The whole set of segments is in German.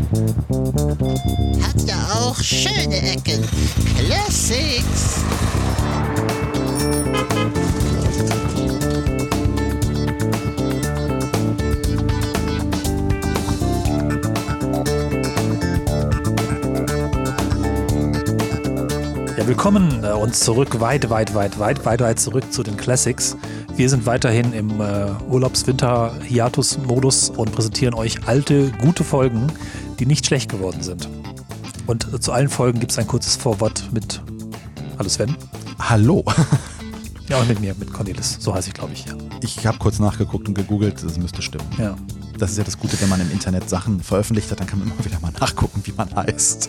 Hat ja auch schöne Ecken. Classics. Ja, willkommen und zurück, weit zurück zu den Classics. Wir sind weiterhin im Urlaubs-Winter-Hiatus-Modus und präsentieren euch alte, gute Folgen, die nicht schlecht geworden sind. Und zu allen Folgen gibt es ein kurzes Vorwort mit Hallo Sven. Hallo. Ja, und mit mir, mit Cornelis. So heiße ich, glaube ich. Ja. Ich habe kurz nachgeguckt und gegoogelt, das müsste stimmen. Ja. Das ist ja das Gute, wenn man im Internet Sachen veröffentlicht hat, dann kann man immer wieder mal nachgucken, wie man heißt.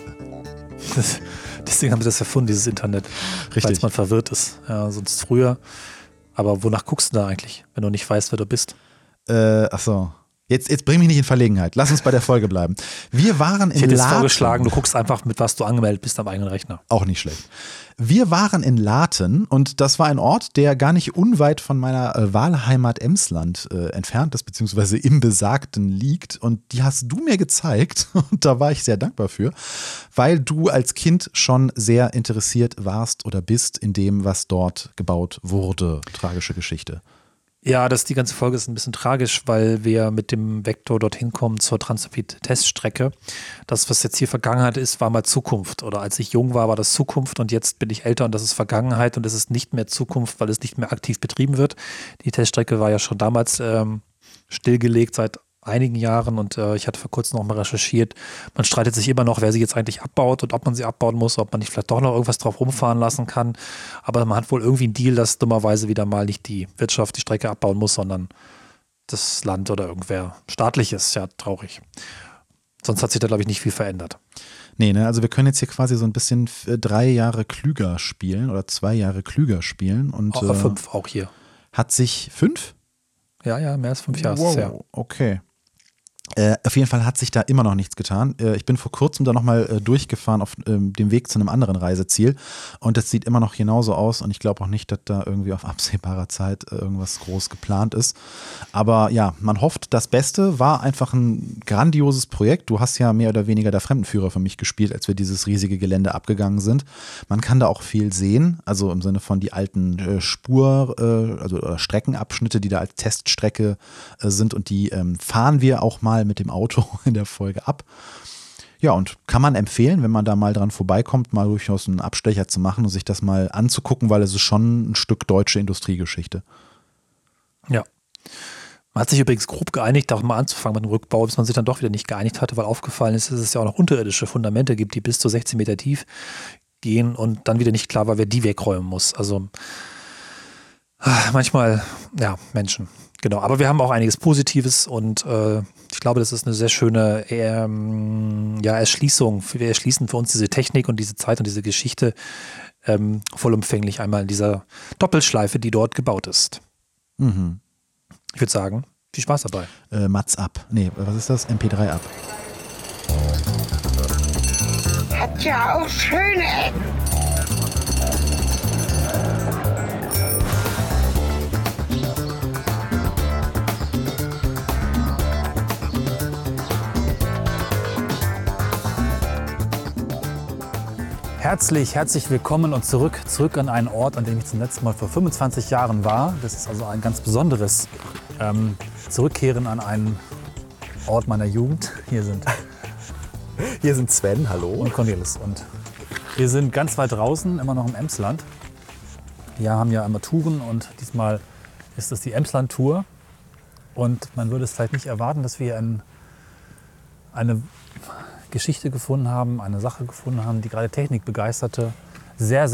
Deswegen haben sie das erfunden, dieses Internet. Richtig. Weil man verwirrt ist. Ja, sonst früher. Aber wonach guckst du da eigentlich, wenn du nicht weißt, wer du bist? Achso. Jetzt bring mich nicht in Verlegenheit. Lass uns bei der Folge bleiben. Wir waren in Ich hätte jetzt Laten. vorgeschlagen, du guckst einfach, mit was du angemeldet bist am eigenen Rechner. Auch nicht schlecht. Wir waren in Laten und das war ein Ort, der gar nicht unweit von meiner Wahlheimat Emsland entfernt ist, beziehungsweise im Besagten liegt. Und die hast du mir gezeigt und da war ich sehr dankbar für, weil du als Kind schon sehr interessiert warst oder bist in dem, was dort gebaut wurde. Tragische Geschichte. Ja, die ganze Folge ist ein bisschen tragisch, weil wir mit dem Vektor dorthin kommen zur Transrapid-Teststrecke. Das, was jetzt hier Vergangenheit ist, war mal Zukunft. Oder als ich jung war das Zukunft und jetzt bin ich älter und das ist Vergangenheit und es ist nicht mehr Zukunft, weil es nicht mehr aktiv betrieben wird. Die Teststrecke war ja schon damals stillgelegt seit einigen Jahren und ich hatte vor kurzem noch mal recherchiert. Man streitet sich immer noch, wer sie jetzt eigentlich abbaut und ob man sie abbauen muss, ob man nicht vielleicht doch noch irgendwas drauf rumfahren lassen kann. Aber man hat wohl irgendwie einen Deal, dass dummerweise wieder mal nicht die Wirtschaft die Strecke abbauen muss, sondern das Land oder irgendwer staatliches. Ja, traurig. Sonst hat sich da, glaube ich, nicht viel verändert. Nee, ne, also wir können jetzt hier quasi so ein bisschen 3 Jahre klüger spielen oder 2 Jahre klüger spielen. Und 5 auch hier. Hat sich 5? Ja, mehr als 5 Jahre. Wow, Ja. okay. Auf jeden Fall hat sich da immer noch nichts getan. Ich bin vor kurzem da nochmal durchgefahren auf dem Weg zu einem anderen Reiseziel und das sieht immer noch genauso aus und ich glaube auch nicht, dass da irgendwie auf absehbarer Zeit irgendwas groß geplant ist. Aber ja, man hofft, das Beste war einfach ein grandioses Projekt. Du hast ja mehr oder weniger der Fremdenführer für mich gespielt, als wir dieses riesige Gelände abgegangen sind. Man kann da auch viel sehen, also im Sinne von die alten oder Streckenabschnitte, die da als Teststrecke sind und die fahren wir auch mal mit dem Auto in der Folge ab. Ja, und kann man empfehlen, wenn man da mal dran vorbeikommt, mal durchaus einen Abstecher zu machen und sich das mal anzugucken, weil es ist schon ein Stück deutsche Industriegeschichte. Ja. Man hat sich übrigens grob geeinigt, auch mal anzufangen mit dem Rückbau, bis man sich dann doch wieder nicht geeinigt hatte, weil aufgefallen ist, dass es ja auch noch unterirdische Fundamente gibt, die bis zu 16 Meter tief gehen und dann wieder nicht klar war, wer die wegräumen muss. Also manchmal, ja, Menschen. Genau, aber wir haben auch einiges Positives und ich glaube, das ist eine sehr schöne Erschließung. Wir erschließen für uns diese Technik und diese Zeit und diese Geschichte vollumfänglich einmal in dieser Doppelschleife, die dort gebaut ist. Mhm. Ich würde sagen, viel Spaß dabei. Mats ab. Nee, was ist das? MP3 ab. Hat ja auch schöne Ecken. Herzlich willkommen und zurück an einen Ort, an dem ich zum letzten Mal vor 25 Jahren war. Das ist also ein ganz besonderes Zurückkehren an einen Ort meiner Jugend. Hier sind Sven, hallo. Und Cornelis. Und wir sind ganz weit draußen, immer noch im Emsland. Wir haben ja immer Touren und diesmal ist es die Emsland-Tour. Und man würde es vielleicht nicht erwarten, dass wir eine Geschichte gefunden haben, eine Sache gefunden haben, die gerade Technik begeisterte, sehr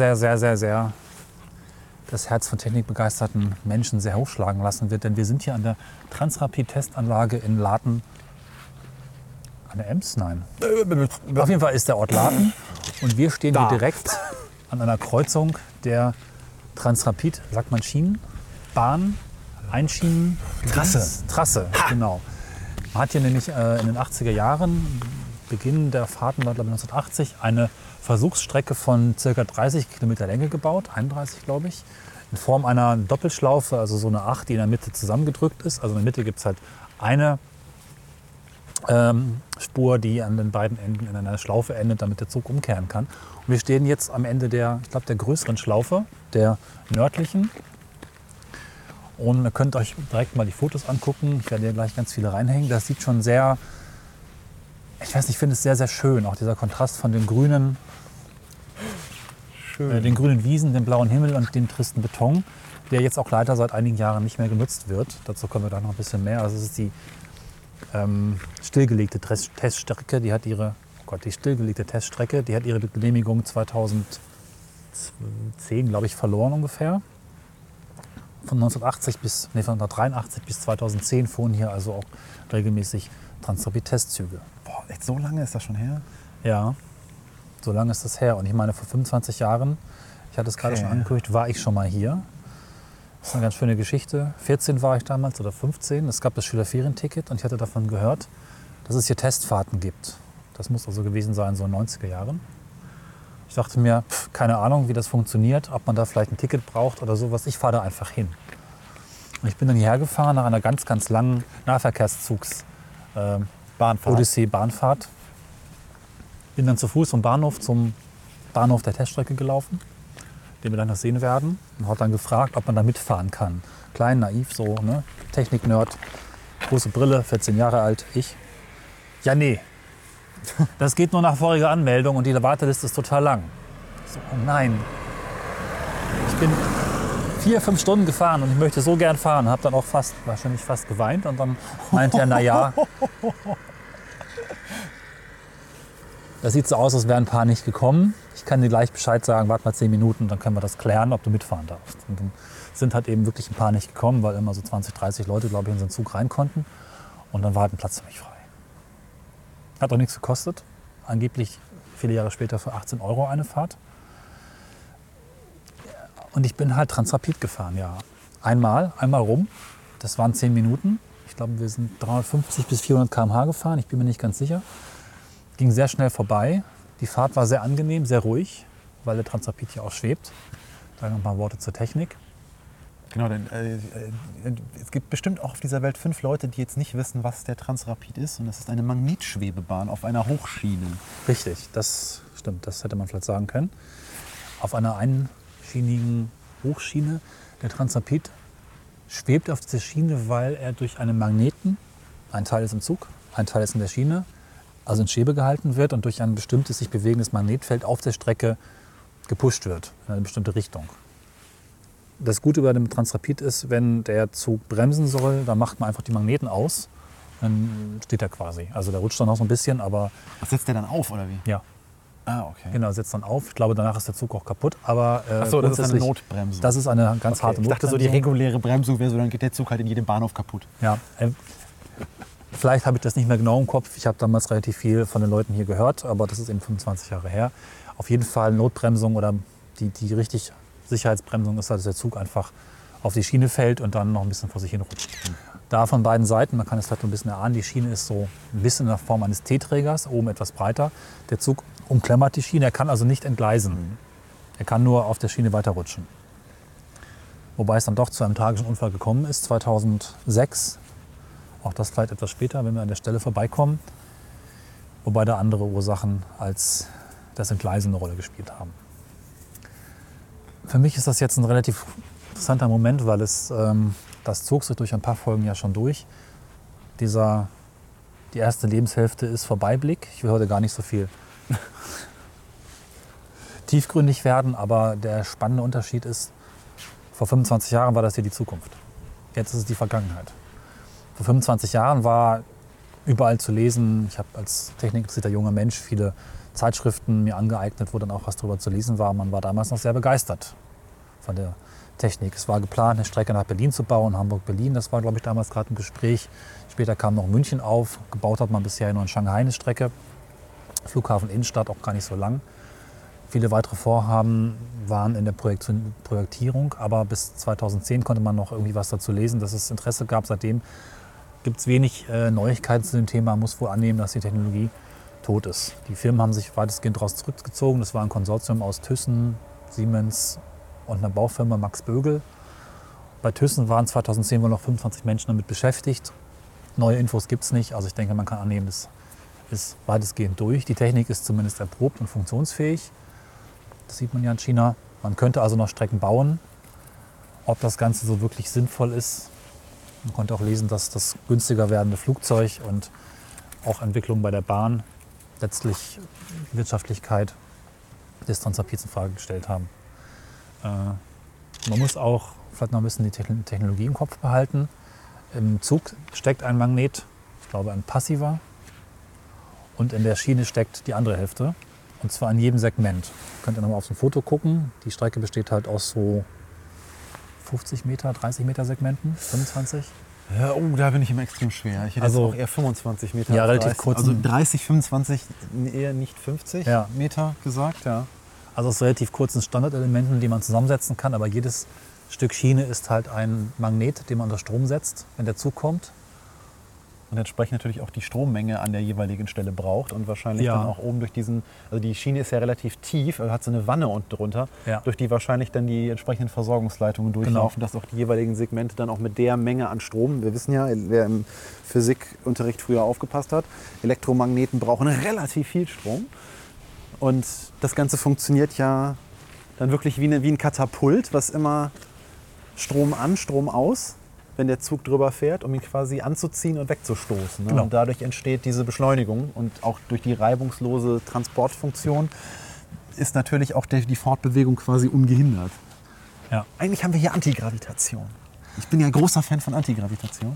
das Herz von technikbegeisterten Menschen sehr hochschlagen lassen wird. Denn wir sind hier an der Transrapid-Testanlage in Laten. An der Ems? Nein. Auf jeden Fall ist der Ort Laten und wir stehen hier direkt an einer Kreuzung der Transrapid, sagt man Schienen, Bahn, Einschienen, Trasse, genau. Man hat hier nämlich in den 80er Jahren, Beginn der Fahrten war, glaube ich, 1980, eine Versuchsstrecke von ca. 30 Kilometer Länge gebaut, 31 glaube ich, in Form einer Doppelschlaufe, also so eine 8, die in der Mitte zusammengedrückt ist. Also in der Mitte gibt es halt eine Spur, die an den beiden Enden in einer Schlaufe endet, damit der Zug umkehren kann. Und wir stehen jetzt am Ende der größeren Schlaufe, der nördlichen. Und ihr könnt euch direkt mal die Fotos angucken. Ich werde hier gleich ganz viele reinhängen. Das sieht schon sehr, ich weiß nicht, ich finde es sehr, sehr schön. Auch dieser Kontrast von den grünen Wiesen, dem blauen Himmel und dem tristen Beton, der jetzt auch leider seit einigen Jahren nicht mehr genutzt wird. Dazu kommen wir da noch ein bisschen mehr. Also es ist die stillgelegte Teststrecke, die hat ihre Genehmigung 2010, glaube ich, verloren ungefähr. Von 1983 bis 2010 fuhren hier also auch regelmäßig Transrapid-Testzüge. Boah, echt so lange ist das schon her? Ja, so lange ist das her. Und ich meine, vor 25 Jahren, ich hatte es gerade schon angekündigt, war ich schon mal hier. Das ist eine ganz schöne Geschichte. 14 war ich damals oder 15. Es gab das Schülerferienticket und ich hatte davon gehört, dass es hier Testfahrten gibt. Das muss also gewesen sein, so in den 90er Jahren. Ich dachte mir, keine Ahnung, wie das funktioniert, ob man da vielleicht ein Ticket braucht oder sowas. Ich fahre da einfach hin. Und ich bin dann hierher gefahren nach einer ganz, ganz langen Nahverkehrszugs-Odyssee-Bahnfahrt. Bin dann zu Fuß vom Bahnhof zum Bahnhof der Teststrecke gelaufen, den wir dann noch sehen werden. Und habe dann gefragt, ob man da mitfahren kann. Klein, naiv, so, ne? Technik-Nerd, große Brille, 14 Jahre alt, ich. Ja, nee. Das geht nur nach voriger Anmeldung und die Warteliste ist total lang. So, oh nein. Ich bin 4-5 Stunden gefahren und ich möchte so gern fahren. Habe dann auch wahrscheinlich fast geweint und dann meinte er, naja, das sieht so aus, als wären ein paar nicht gekommen. Ich kann dir gleich Bescheid sagen, warte mal 10 Minuten, dann können wir das klären, ob du mitfahren darfst. Und dann sind halt eben wirklich ein paar nicht gekommen, weil immer so 20, 30 Leute, glaube ich, in so einen Zug rein konnten. Und dann war halt ein Platz für mich frei. Hat auch nichts gekostet. Angeblich viele Jahre später für 18 € eine Fahrt. Und ich bin halt Transrapid gefahren, ja. Einmal rum. Das waren 10 Minuten. Ich glaube, wir sind 350 bis 400 km/h gefahren. Ich bin mir nicht ganz sicher. Ging sehr schnell vorbei. Die Fahrt war sehr angenehm, sehr ruhig, weil der Transrapid hier auch schwebt. Da noch ein paar Worte zur Technik. Genau, denn es gibt bestimmt auch auf dieser Welt 5 Leute, die jetzt nicht wissen, was der Transrapid ist. Und das ist eine Magnetschwebebahn auf einer Hochschiene. Richtig, das stimmt, das hätte man vielleicht sagen können. Auf einer einschienigen Hochschiene. Der Transrapid schwebt auf dieser Schiene, weil er durch einen Magneten, ein Teil ist im Zug, ein Teil ist in der Schiene, also in Schwebe gehalten wird und durch ein bestimmtes sich bewegendes Magnetfeld auf der Strecke gepusht wird, in eine bestimmte Richtung. Das Gute bei dem Transrapid ist, wenn der Zug bremsen soll, dann macht man einfach die Magneten aus. Dann steht er quasi. Also der rutscht dann noch so ein bisschen, aber... Was setzt der dann auf, oder wie? Ja. Ah, okay. Genau, setzt dann auf. Ich glaube, danach ist der Zug auch kaputt. Aber ach so, das ist eine Notbremsung. Das ist eine ganz harte Notbremsung. Ich dachte so, die reguläre Bremsung wäre so, dann geht der Zug halt in jedem Bahnhof kaputt. Ja, vielleicht habe ich das nicht mehr genau im Kopf. Ich habe damals relativ viel von den Leuten hier gehört, aber das ist eben 25 Jahre her. Auf jeden Fall Notbremsung oder die richtig Sicherheitsbremsung ist, dass der Zug einfach auf die Schiene fällt und dann noch ein bisschen vor sich hin rutscht. Da von beiden Seiten, man kann es vielleicht ein bisschen erahnen, die Schiene ist so ein bisschen in der Form eines T-Trägers, oben etwas breiter. Der Zug umklammert die Schiene, er kann also nicht entgleisen. Er kann nur auf der Schiene weiterrutschen. Wobei es dann doch zu einem tragischen Unfall gekommen ist, 2006. Auch das vielleicht etwas später, wenn wir an der Stelle vorbeikommen. Wobei da andere Ursachen als das Entgleisen eine Rolle gespielt haben. Für mich ist das jetzt ein relativ interessanter Moment, weil das zog sich durch ein paar Folgen ja schon durch. Die erste Lebenshälfte ist Vorbeiblick. Ich will heute gar nicht so viel tiefgründig werden, aber der spannende Unterschied ist, vor 25 Jahren war das hier die Zukunft. Jetzt ist es die Vergangenheit. Vor 25 Jahren war überall zu lesen, ich habe als technikinteressierter junger Mensch viele Zeitschriften mir angeeignet, wo dann auch was darüber zu lesen war. Man war damals noch sehr begeistert von der Technik. Es war geplant, eine Strecke nach Berlin zu bauen, Hamburg-Berlin. Das war, glaube ich, damals gerade ein Gespräch. Später kam noch München auf. Gebaut hat man bisher nur in Shanghai eine Strecke. Flughafen Innenstadt, auch gar nicht so lang. Viele weitere Vorhaben waren in der Projektierung, aber bis 2010 konnte man noch irgendwie was dazu lesen, dass es Interesse gab. Seitdem gibt es wenig Neuigkeiten zu dem Thema. Man muss wohl annehmen, dass die Technologie tot ist. Die Firmen haben sich weitestgehend daraus zurückgezogen. Das war ein Konsortium aus Thyssen, Siemens und einer Baufirma Max Bögel. Bei Thyssen waren 2010 wohl noch 25 Menschen damit beschäftigt. Neue Infos gibt es nicht. Also ich denke, man kann annehmen, es ist weitestgehend durch. Die Technik ist zumindest erprobt und funktionsfähig. Das sieht man ja in China. Man könnte also noch Strecken bauen. Ob das Ganze so wirklich sinnvoll ist. Man konnte auch lesen, dass das günstiger werdende Flugzeug und auch Entwicklungen bei der Bahn letztlich die Wirtschaftlichkeit des Transrapids in Frage gestellt haben. Man muss auch vielleicht noch ein bisschen die Technologie im Kopf behalten. Im Zug steckt ein Magnet, ich glaube ein passiver, und in der Schiene steckt die andere Hälfte. Und zwar in jedem Segment. Könnt ihr nochmal auf so ein Foto gucken. Die Strecke besteht halt aus so 50 Meter, 30 Meter Segmenten, 25. Ja, da bin ich immer extrem schwer. Ich hätte Also, jetzt auch eher 25 Meter. ja, relativ 30, kurz. Also 30, 25, eher nicht 50 Ja. Meter gesagt, ja. Also aus relativ kurzen Standardelementen, die man zusammensetzen kann. Aber jedes Stück Schiene ist halt ein Magnet, den man unter Strom setzt, wenn der Zug kommt. Und entsprechend natürlich auch die Strommenge an der jeweiligen Stelle braucht und wahrscheinlich Ja. dann auch oben durch diesen, also die Schiene ist ja relativ tief, also hat so eine Wanne unten drunter, Ja. durch die wahrscheinlich dann die entsprechenden Versorgungsleitungen durchlaufen, dass auch die jeweiligen Segmente dann auch mit der Menge an Strom, wir wissen ja, wer im Physikunterricht früher aufgepasst hat, Elektromagneten brauchen relativ viel Strom und das Ganze funktioniert ja dann wirklich wie ein Katapult, was immer Strom an, Strom aus, wenn der Zug drüber fährt, um ihn quasi anzuziehen und wegzustoßen. Ne? Genau. Und dadurch entsteht diese Beschleunigung und auch durch die reibungslose Transportfunktion ist natürlich auch die Fortbewegung quasi ungehindert. Ja. Eigentlich haben wir hier Antigravitation. Ich bin ja großer Fan von Antigravitation.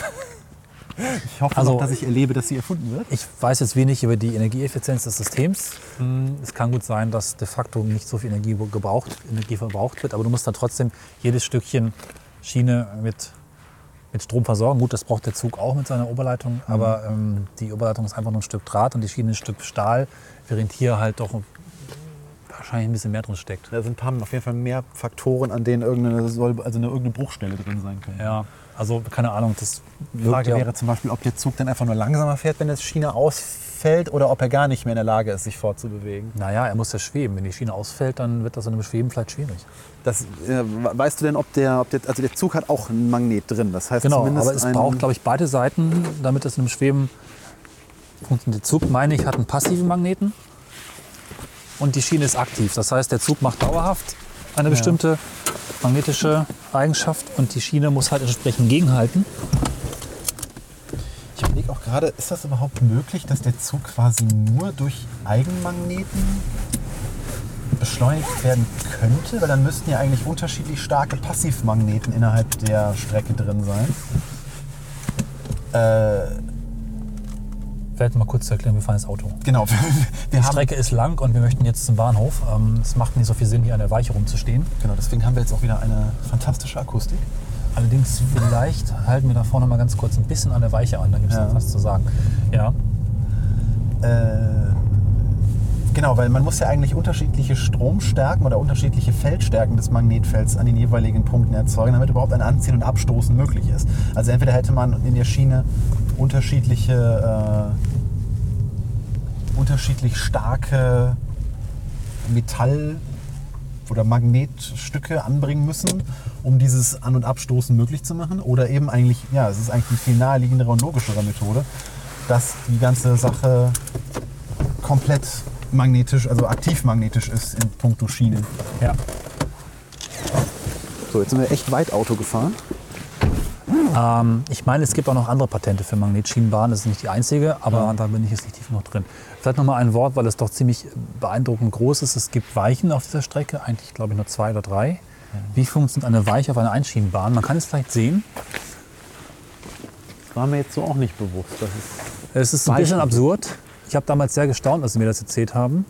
Ich hoffe Also, noch, dass ich erlebe, dass sie erfunden wird. Ich weiß jetzt wenig über die Energieeffizienz des Systems. Es kann gut sein, dass de facto nicht so viel Energie verbraucht wird, aber du musst dann trotzdem jedes Stückchen Schiene mit Strom versorgen. Gut, das braucht der Zug auch mit seiner Oberleitung, aber die Oberleitung ist einfach nur ein Stück Draht und die Schiene ein Stück Stahl, während hier halt doch wahrscheinlich ein bisschen mehr drin steckt. Da sind auf jeden Fall mehr Faktoren, an denen irgendeine Bruchstelle drin sein könnte. Ja, also keine Ahnung. Die Frage wäre zum Beispiel, ob der Zug dann einfach nur langsamer fährt, wenn die Schiene ausfällt, oder ob er gar nicht mehr in der Lage ist, sich fortzubewegen. Naja, er muss ja schweben. Wenn die Schiene ausfällt, dann wird das in einem Schweben vielleicht schwierig. Weißt du denn, also der Zug hat auch ein Magnet drin, das heißt Genau, zumindest aber es braucht, glaube ich, beide Seiten, damit es in einem Schweben funktioniert. Der Zug, meine ich, hat einen passiven Magneten und die Schiene ist aktiv. Das heißt, der Zug macht dauerhaft eine bestimmte magnetische Eigenschaft und die Schiene muss halt entsprechend gegenhalten. Ich überlege auch gerade, ist das überhaupt möglich, dass der Zug quasi nur durch Eigenmagneten beschleunigt werden könnte? Weil dann müssten ja eigentlich unterschiedlich starke Passivmagneten innerhalb der Strecke drin sein. Vielleicht mal kurz zu erklären, wir fahren das Auto. Genau. Die Strecke ist lang und wir möchten jetzt zum Bahnhof. Es macht nicht so viel Sinn, hier an der Weiche rumzustehen. Genau, deswegen haben wir jetzt auch wieder eine fantastische Akustik. Allerdings, vielleicht halten wir da vorne mal ganz kurz ein bisschen an der Weiche an, da gibt es noch was zu sagen. Ja. Genau, weil man muss ja eigentlich unterschiedliche Stromstärken oder unterschiedliche Feldstärken des Magnetfelds an den jeweiligen Punkten erzeugen, damit überhaupt ein Anziehen und Abstoßen möglich ist. Also entweder hätte man in der Schiene unterschiedlich starke Metall- oder Magnetstücke anbringen müssen, um dieses An- und Abstoßen möglich zu machen. Oder eben eigentlich, ja, es ist eigentlich eine viel naheliegendere und logischere Methode, dass die ganze Sache komplett magnetisch, also aktiv magnetisch ist in puncto Schiene. Ja. So, jetzt sind wir echt weit Auto gefahren. Ich meine, es gibt auch noch andere Patente für Magnetschienenbahnen. Das ist nicht die einzige, aber da bin ich jetzt nicht tief noch drin. Vielleicht noch mal ein Wort, weil es doch ziemlich beeindruckend groß ist. Es gibt Weichen auf dieser Strecke, eigentlich glaube ich nur 2 oder 3. Wie funktioniert eine Weiche auf einer Einschienenbahn? Man kann es vielleicht sehen. Das war mir jetzt so auch nicht bewusst. Das ist Es ist ein bisschen absurd. Ich habe damals sehr gestaunt, als sie mir das erzählt haben.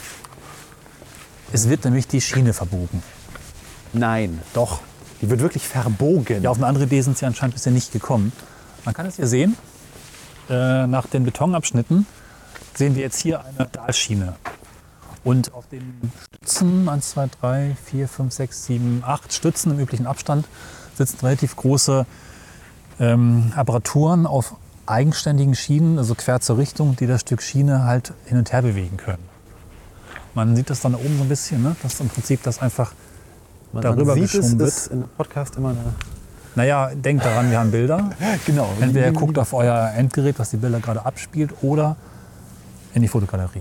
Es wird nämlich die Schiene verbogen. Nein, Doch. die wird wirklich verbogen. Ja, auf eine andere Idee sind sie anscheinend bisher nicht gekommen. Man kann es hier sehen. Nach den Betonabschnitten sehen wir jetzt hier eine Dahlschiene. Und auf den Stützen, 1, 2, 3, 4, 5, 6, 7, 8 Stützen im üblichen Abstand, sitzen relativ große Apparaturen auf eigenständigen Schienen, also quer zur Richtung, die das Stück Schiene halt hin und her bewegen können. Man sieht das dann da oben so ein bisschen, ne? Dass im Prinzip das einfach darüber geschoben wird. ist im Podcast immer eine Naja, denkt daran, wir haben Bilder. Genau. Entweder ihr guckt auf euer Endgerät, was die Bilder gerade abspielt, oder in die Fotogalerie.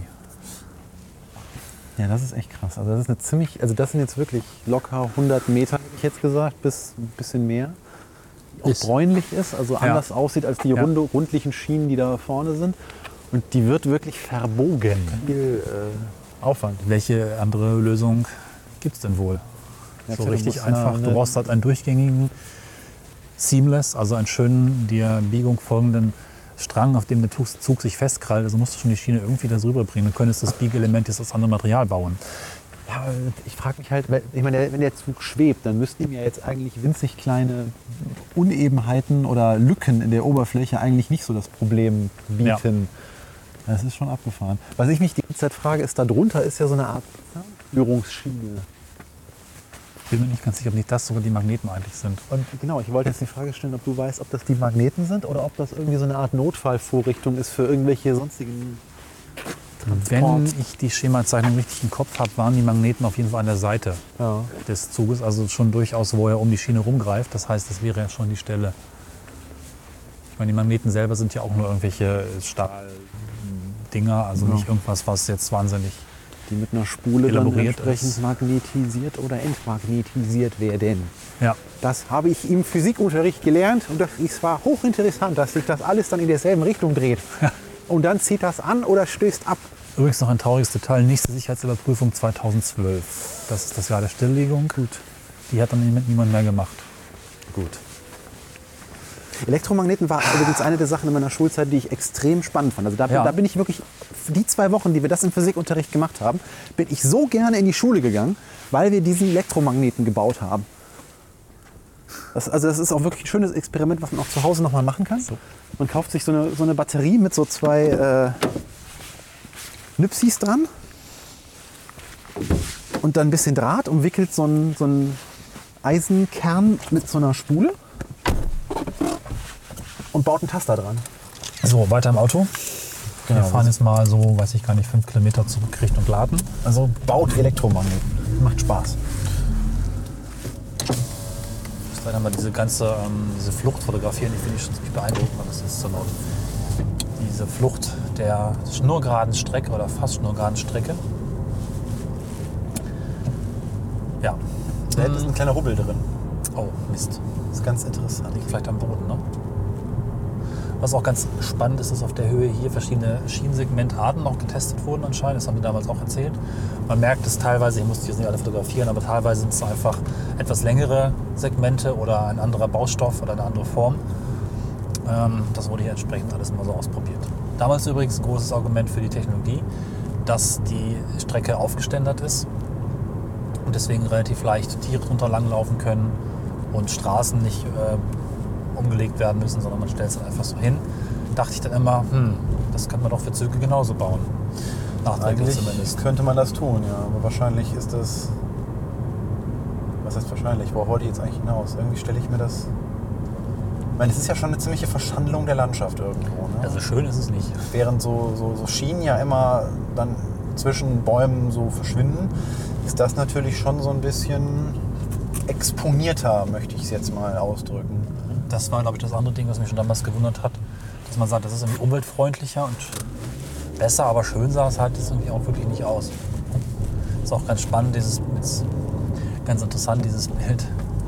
Ja, das ist echt krass. Also das sind jetzt wirklich locker 100 Meter, hätte ich jetzt gesagt, bis ein bisschen mehr. Die auch bräunlich ist, also anders aussieht als die rundlichen Schienen, die da vorne sind. Und die wird wirklich verbogen. Viel Aufwand. Welche andere Lösung gibt es denn wohl? Ja, So du richtig musst einfach. Du brauchst halt einen durchgängigen Seamless, also einen schönen, der Biegung folgenden Strang, auf dem der Zug sich festkrallt. Also musst du schon die Schiene irgendwie da drüber bringen. Du könntest das Biegelement jetzt aus anderem Material bauen. Ja, aber ich frage mich halt, ich meine, wenn der Zug schwebt, dann müssten ihm ja jetzt eigentlich winzig kleine Unebenheiten oder Lücken in der Oberfläche eigentlich nicht so das Problem bieten. Ja. Das ist schon abgefahren. Was ich mich die ganze Zeit frage, ist, da drunter ist ja so eine Art Führungsschiene. Ich bin mir nicht ganz sicher, ob nicht das sogar die Magneten eigentlich sind. Und genau, ich wollte jetzt die Frage stellen, ob du weißt, ob das die Magneten sind oder ob das irgendwie so eine Art Notfallvorrichtung ist für irgendwelche sonstigen Transport. Wenn ich die Schemazeichnung richtig im Kopf habe, waren die Magneten auf jeden Fall an der Seite des Zuges, also schon durchaus, wo er um die Schiene rumgreift. Das heißt, das wäre ja schon die Stelle. Ich meine, die Magneten selber sind ja auch nur irgendwelche Stahldinger, also nicht irgendwas, was jetzt wahnsinnig die mit einer Spule dann elaboriert entsprechend ist. magnetisiert oder entmagnetisiert werden. Ja. Das habe ich im Physikunterricht gelernt und es war hochinteressant, dass sich das alles dann in derselben Richtung dreht. Und dann zieht das an oder stößt ab. Übrigens noch ein trauriges Detail, nächste Sicherheitsüberprüfung 2012. Das ist das Jahr der Stilllegung. Gut. Die hat dann niemand mehr gemacht. Gut. Elektromagneten war übrigens eine der Sachen in meiner Schulzeit, die ich extrem spannend fand. Also da bin ich wirklich, die 2 Wochen, die wir das im Physikunterricht gemacht haben, bin ich so gerne in die Schule gegangen, weil wir diesen Elektromagneten gebaut haben. Das ist auch wirklich ein schönes Experiment, was man auch zu Hause noch mal machen kann. So. Man kauft sich so eine Batterie mit so 2 Nüpsis dran und dann ein bisschen Draht, umwickelt so einen Eisenkern mit so einer Spule und baut einen Taster dran. So, weiter im Auto. Genau. Wir fahren jetzt mal so, weiß ich gar nicht, 5 Kilometer zurück Richtung Glaten. Also baut Elektromagneten. Macht Spaß. Dann haben wir diese Flucht fotografieren, die finde ich schon ziemlich beeindruckend. Das ist so diese Flucht der schnurgeraden Strecke oder fast schnurgeraden Strecke. Ja. Da ist ein kleiner Hubbel drin. Oh, Mist. Das ist ganz interessant. Liegt vielleicht am Boden, ne? Was auch ganz spannend ist, dass auf der Höhe hier verschiedene Schienensegmentarten noch getestet wurden anscheinend. Das haben wir damals auch erzählt. Man merkt es teilweise, ich musste jetzt nicht alle fotografieren, aber teilweise sind es einfach etwas längere Segmente oder ein anderer Baustoff oder eine andere Form. Das wurde hier entsprechend alles mal so ausprobiert. Damals übrigens ein großes Argument für die Technologie, dass die Strecke aufgeständert ist und deswegen relativ leicht Tiere drunter langlaufen können und Straßen nicht umgelegt werden müssen, sondern man stellt es einfach so hin. Dachte ich dann immer, das könnte man doch für Züge genauso bauen. Nachträglich Eigentlich zumindest. könnte man das tun, ja. Aber wahrscheinlich ist das... Was heißt wahrscheinlich? Worauf wollte ich jetzt eigentlich hinaus? Irgendwie stelle ich mir das... Ich meine, es ist ja schon eine ziemliche Verschandlung der Landschaft irgendwo. Ne? Also schön ist es nicht. Während so Schienen ja immer dann zwischen Bäumen so verschwinden, ist das natürlich schon so ein bisschen exponierter, möchte ich es jetzt mal ausdrücken. Das war, glaube ich, das andere Ding, was mich schon damals gewundert hat, dass man sagt, das ist irgendwie umweltfreundlicher und besser, aber schön sah es halt irgendwie auch wirklich nicht aus. Ist auch ganz spannend, ganz interessant, dieses Bild.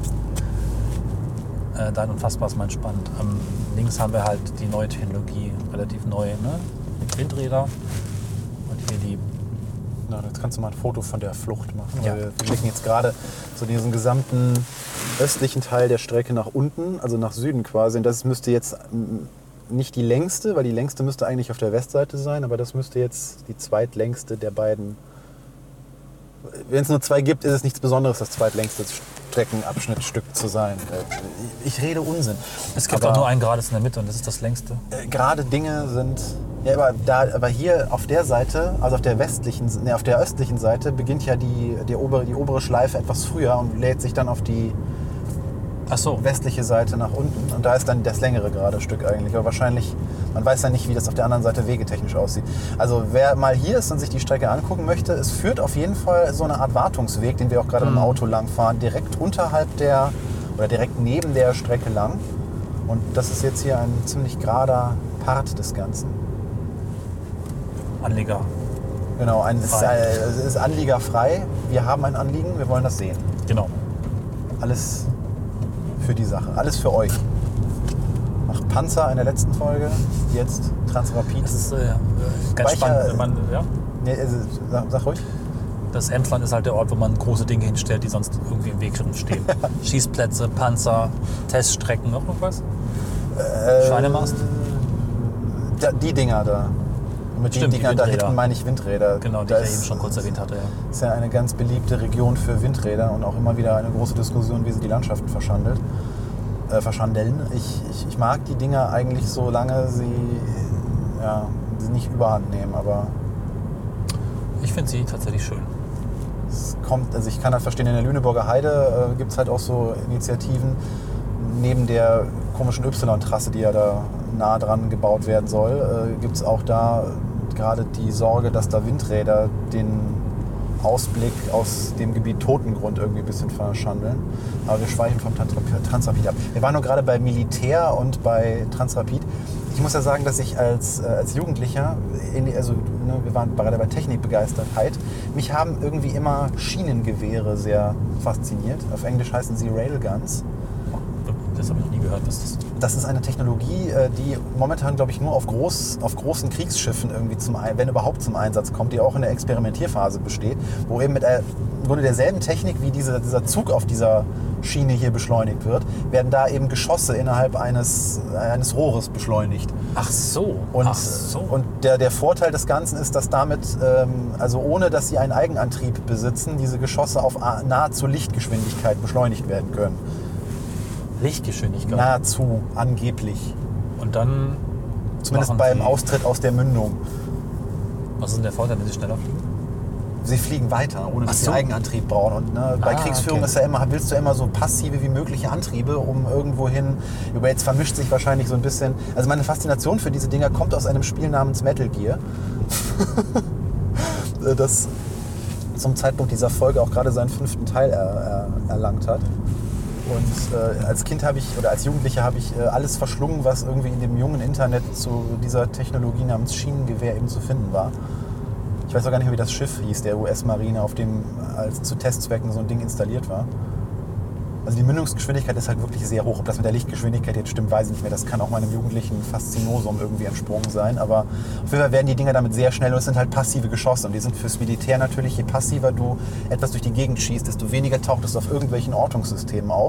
Dein Unfassbar ist mein spannend. Links haben wir halt die neue Technologie, relativ neu, ne? Mit Windräder und hier die... Na, jetzt kannst du mal ein Foto von der Flucht machen. Ja. Wir blicken jetzt gerade so diesen gesamten östlichen Teil der Strecke nach unten, also nach Süden quasi. Und das müsste jetzt nicht die längste, weil die längste müsste eigentlich auf der Westseite sein, aber das müsste jetzt die zweitlängste der beiden. Wenn es nur 2 gibt, ist es nichts Besonderes, das zweitlängste Streckenabschnittstück zu sein. Ich rede Unsinn. Es gibt auch nur ein Gerades in der Mitte und das ist das längste. Gerade Dinge sind... Ja, aber hier auf der Seite, also auf der auf der östlichen Seite beginnt ja die obere Schleife etwas früher und lädt sich dann auf die westliche Seite nach unten. Und da ist dann das längere gerade Stück eigentlich. Aber wahrscheinlich, man weiß ja nicht, wie das auf der anderen Seite wegetechnisch aussieht. Also wer mal hier ist und sich die Strecke angucken möchte, es führt auf jeden Fall so eine Art Wartungsweg, den wir auch gerade im Auto lang fahren, direkt unterhalb der oder direkt neben der Strecke lang. Und das ist jetzt hier ein ziemlich gerader Part des Ganzen. Anleger. Genau, es ist anliegerfrei. Wir haben ein Anliegen, wir wollen das sehen. Genau. Alles für die Sache, alles für euch. Nach Panzer in der letzten Folge, jetzt Transrapid. Das ist ganz spannend, wenn man, ja. Nee, sag ruhig. Das Emsland ist halt der Ort, wo man große Dinge hinstellt, die sonst irgendwie im Weg stehen. Schießplätze, Panzer, Teststrecken, noch was? Schweinemast? Die Dinger da. Mit Stimmt, den Dingern da hinten meine ich Windräder. Genau, die ich ja eben schon kurz erwähnt hatte. Ja. Ist ja eine ganz beliebte Region für Windräder und auch immer wieder eine große Diskussion, wie sie die Landschaften verschandeln. Ich mag die Dinger eigentlich, solange sie nicht überhand nehmen, aber ich finde sie tatsächlich schön. Also ich kann das verstehen, in der Lüneburger Heide gibt es halt auch so Initiativen, neben der komischen Y-Trasse, die ja da nah dran gebaut werden soll, gibt es auch da gerade die Sorge, dass da Windräder den Ausblick aus dem Gebiet Totengrund irgendwie ein bisschen verschandeln. Aber wir schweichen vom Transrapid ab. Wir waren nur gerade bei Militär und bei Transrapid. Ich muss ja sagen, dass ich als Jugendlicher, wir waren gerade bei Technikbegeistertheit, mich haben irgendwie immer Schienengewehre sehr fasziniert. Auf Englisch heißen sie Railguns. Das habe ich noch nie gehört. Was ist das? Das ist eine Technologie, die momentan, glaube ich, nur auf großen Kriegsschiffen irgendwie wenn überhaupt zum Einsatz kommt, die auch in der Experimentierphase besteht, wo eben mit im Grunde derselben Technik wie dieser Zug auf dieser Schiene hier beschleunigt wird, werden da eben Geschosse innerhalb eines Rohres beschleunigt. Ach so. Und der Vorteil des Ganzen ist, dass damit, also ohne dass sie einen Eigenantrieb besitzen, diese Geschosse auf nahezu Lichtgeschwindigkeit beschleunigt werden können. Lichtgeschwindigkeit? Nahezu, angeblich. Und dann... Zumindest beim Austritt aus der Mündung. Was ist denn der Vorteil, wenn sie schneller fliegen? Sie fliegen weiter, ohne dass sie Eigenantrieb brauchen. Und bei Kriegsführung ist willst du immer so passive wie mögliche Antriebe, um irgendwo hin. Aber jetzt vermischt sich wahrscheinlich so ein bisschen. Also meine Faszination für diese Dinger kommt aus einem Spiel namens Metal Gear. Das zum Zeitpunkt dieser Folge auch gerade seinen 5. Teil erlangt hat. Und als Kind als Jugendlicher habe ich alles verschlungen, was irgendwie in dem jungen Internet zu dieser Technologie namens Schienengewehr eben zu finden war. Ich weiß auch gar nicht mehr, wie das Schiff hieß, der US-Marine, auf dem als zu Testzwecken so ein Ding installiert war. Also die Mündungsgeschwindigkeit ist halt wirklich sehr hoch. Ob das mit der Lichtgeschwindigkeit jetzt stimmt, weiß ich nicht mehr. Das kann auch meinem jugendlichen Faszinosum irgendwie entsprungen sein. Aber auf jeden Fall werden die Dinger damit sehr schnell und es sind halt passive Geschosse. Und die sind fürs Militär natürlich, je passiver du etwas durch die Gegend schießt, desto weniger taucht es auf irgendwelchen Ortungssystemen auf.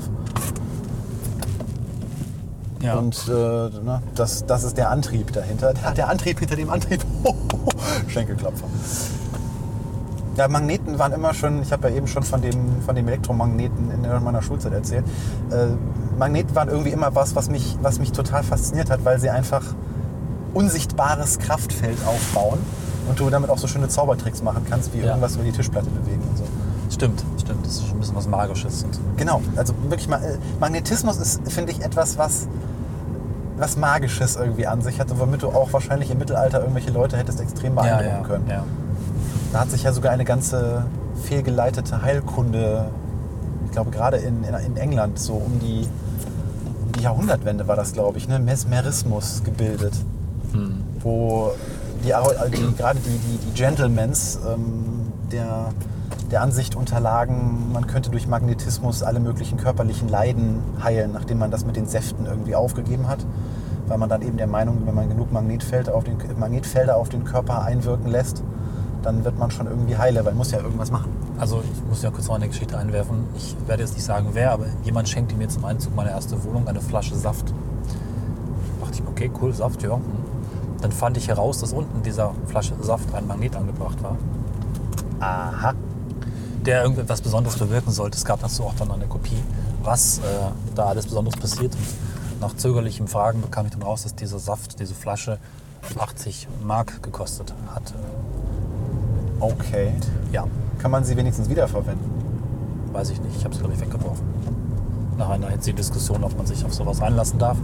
Ja. Und das ist der Antrieb dahinter. Der Antrieb hinter dem Antrieb. Schenkelklopfer. Ja, Magneten waren immer schon, ich habe ja eben schon von dem Elektromagneten in meiner Schulzeit erzählt. Magneten waren irgendwie immer was mich total fasziniert hat, weil sie einfach unsichtbares Kraftfeld aufbauen und du damit auch so schöne Zaubertricks machen kannst, wie irgendwas über die Tischplatte bewegen und so. Stimmt. Das ist schon ein bisschen was Magisches. Und so. Genau, also wirklich, Magnetismus ist, finde ich, etwas, was Magisches irgendwie an sich hat, womit du auch wahrscheinlich im Mittelalter irgendwelche Leute hättest extrem beeindrucken können. Ja. Da hat sich ja sogar eine ganze fehlgeleitete Heilkunde, ich glaube gerade in England, so um die Jahrhundertwende war das, glaube ich, ne? Mesmerismus gebildet. Wo gerade die Gentlemans der Ansicht unterlagen, man könnte durch Magnetismus alle möglichen körperlichen Leiden heilen, nachdem man das mit den Säften irgendwie aufgegeben hat. Weil man dann eben der Meinung, wenn man genug Magnetfelder auf den Körper einwirken lässt, dann wird man schon irgendwie heile, weil man muss ja irgendwas machen. Also ich muss ja kurz noch eine Geschichte einwerfen. Ich werde jetzt nicht sagen, wer, aber jemand schenkte mir zum Einzug meiner ersten Wohnung eine Flasche Saft. Da dachte ich, okay, cool, Saft, ja. Dann fand ich heraus, dass unten in dieser Flasche Saft ein Magnet angebracht war. Aha. Der irgendetwas Besonderes bewirken sollte. Es gab dazu auch dann eine Kopie, was da alles Besonderes passiert. Und nach zögerlichem Fragen bekam ich dann raus, dass dieser Saft, diese Flasche 80 Mark gekostet hat. Okay. Ja. Kann man sie wenigstens wiederverwenden? Weiß ich nicht. Ich habe sie, glaube ich, weggeworfen. Nach einer hitzigen Diskussion, ob man sich auf sowas einlassen darf.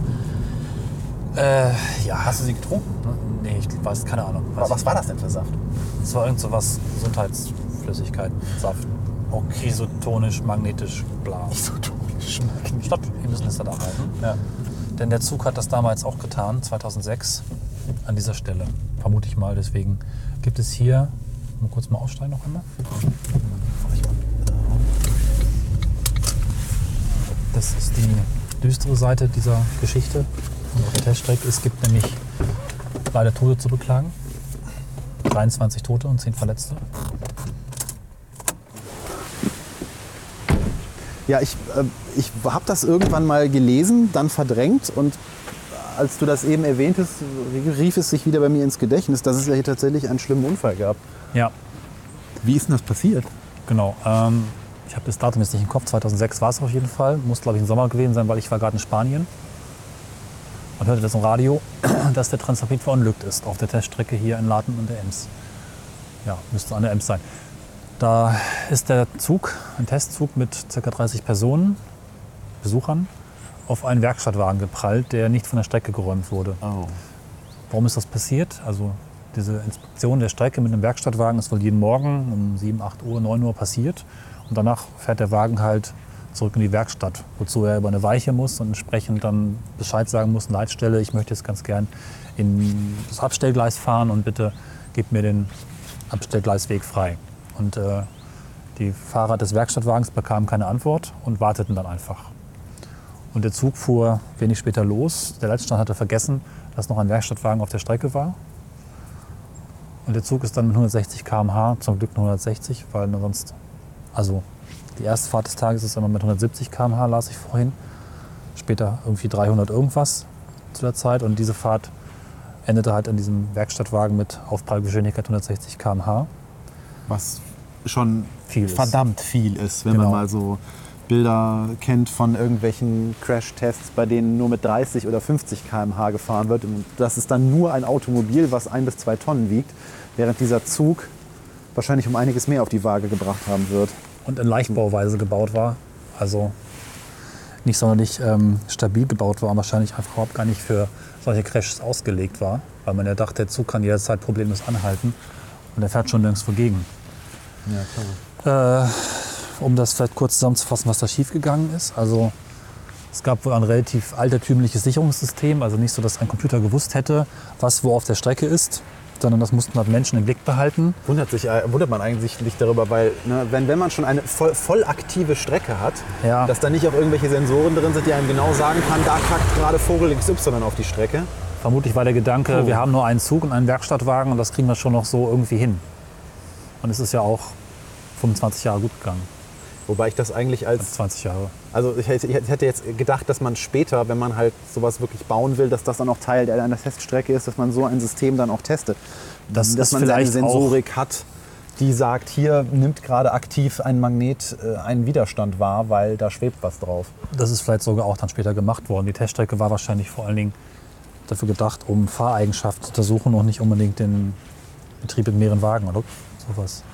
Ja. Hast du sie getrunken? Nee, ich weiß, keine Ahnung. Was war das denn für Saft? Es war irgend so was, Gesundheitsflüssigkeit, Saft. Okay. Isotonisch, magnetisch, bla. Isotonisch. Stopp, wir müssen es da halten. Ja. Denn der Zug hat das damals auch getan, 2006, an dieser Stelle. Vermute ich mal. Deswegen gibt es hier, mal kurz mal aussteigen noch einmal. Das ist die düstere Seite dieser Geschichte. Und auf der Teststrecke, es gibt nämlich leider Tote zu beklagen. 23 Tote und 10 Verletzte. Ja, ich habe das irgendwann mal gelesen, dann verdrängt und als du das eben erwähntest, rief es sich wieder bei mir ins Gedächtnis, dass es ja hier tatsächlich einen schlimmen Unfall gab. Ja, Wie ist denn das passiert? genau. Ich habe das Datum jetzt nicht im Kopf. 2006 war es auf jeden Fall. Muss, glaube ich, im Sommer gewesen sein, weil ich war gerade in Spanien und hörte das im Radio, dass der Transrapid verunglückt ist auf der Teststrecke hier in Laten und der Ems. Ja, müsste an der Ems sein. Da ist der Zug, ein Testzug mit ca. 30 Personen, Besuchern, auf einen Werkstattwagen geprallt, der nicht von der Strecke geräumt wurde. Oh. Warum ist das passiert? Also diese Inspektion der Strecke mit einem Werkstattwagen ist wohl jeden Morgen um 7, 8 Uhr, 9 Uhr passiert. Und danach fährt der Wagen halt zurück in die Werkstatt, wozu er über eine Weiche muss und entsprechend dann Bescheid sagen muss, Leitstelle, ich möchte jetzt ganz gern in das Abstellgleis fahren und bitte gebt mir den Abstellgleisweg frei. Und die Fahrer des Werkstattwagens bekamen keine Antwort und warteten dann einfach. Und der Zug fuhr wenig später los. Der Leitstand hatte vergessen, dass noch ein Werkstattwagen auf der Strecke war. Und der Zug ist dann mit 160 km/h, zum Glück nur 160, weil sonst, also die erste Fahrt des Tages ist immer mit 170 km/h, las ich vorhin. Später irgendwie 300 irgendwas zu der Zeit. Und diese Fahrt endete halt in diesem Werkstattwagen mit Aufprallgeschwindigkeit 160 km/h. Was schon Viel ist. verdammt viel ist, wenn Genau. man mal so Bilder kennt von irgendwelchen Crash-Tests, bei denen nur mit 30 oder 50 km/h gefahren wird. Und das ist dann nur ein Automobil, was 1 bis 2 Tonnen wiegt, während dieser Zug wahrscheinlich um einiges mehr auf die Waage gebracht haben wird. Und in Leichtbauweise gebaut war. Also nicht sonderlich stabil gebaut war und wahrscheinlich einfach überhaupt gar nicht für solche Crashs ausgelegt war. Weil man ja dachte, der Zug kann jederzeit problemlos anhalten und er fährt schon nirgendwo gegen. Ja, klar. Um das vielleicht kurz zusammenzufassen, was da schiefgegangen ist. Also es gab wohl ein relativ altertümliches Sicherungssystem, also nicht so, dass ein Computer gewusst hätte, was wo auf der Strecke ist, sondern das mussten halt Menschen im Blick behalten. Wundert man eigentlich nicht darüber, weil wenn man schon eine voll aktive Strecke hat, Ja. dass da nicht auch irgendwelche Sensoren drin sind, die einem genau sagen kann, da kackt gerade Vogel XY auf die Strecke. Vermutlich war der Gedanke, Oh. wir haben nur einen Zug und einen Werkstattwagen und das kriegen wir schon noch so irgendwie hin. Und es ist ja auch 25 Jahre gut gegangen. Wobei ich das eigentlich als 20 Jahre. Also ich hätte jetzt gedacht, dass man später, wenn man halt sowas wirklich bauen will, dass das dann auch Teil einer Teststrecke ist, dass man so ein System dann auch testet. Das dass ist man seine vielleicht Sensorik hat, die sagt, hier nimmt gerade aktiv ein Magnet einen Widerstand wahr, weil da schwebt was drauf. Das ist vielleicht sogar auch dann später gemacht worden. Die Teststrecke war wahrscheinlich vor allen Dingen dafür gedacht, um Fahreigenschaften zu untersuchen und nicht unbedingt den Betrieb mit mehreren Wagen oder sowas.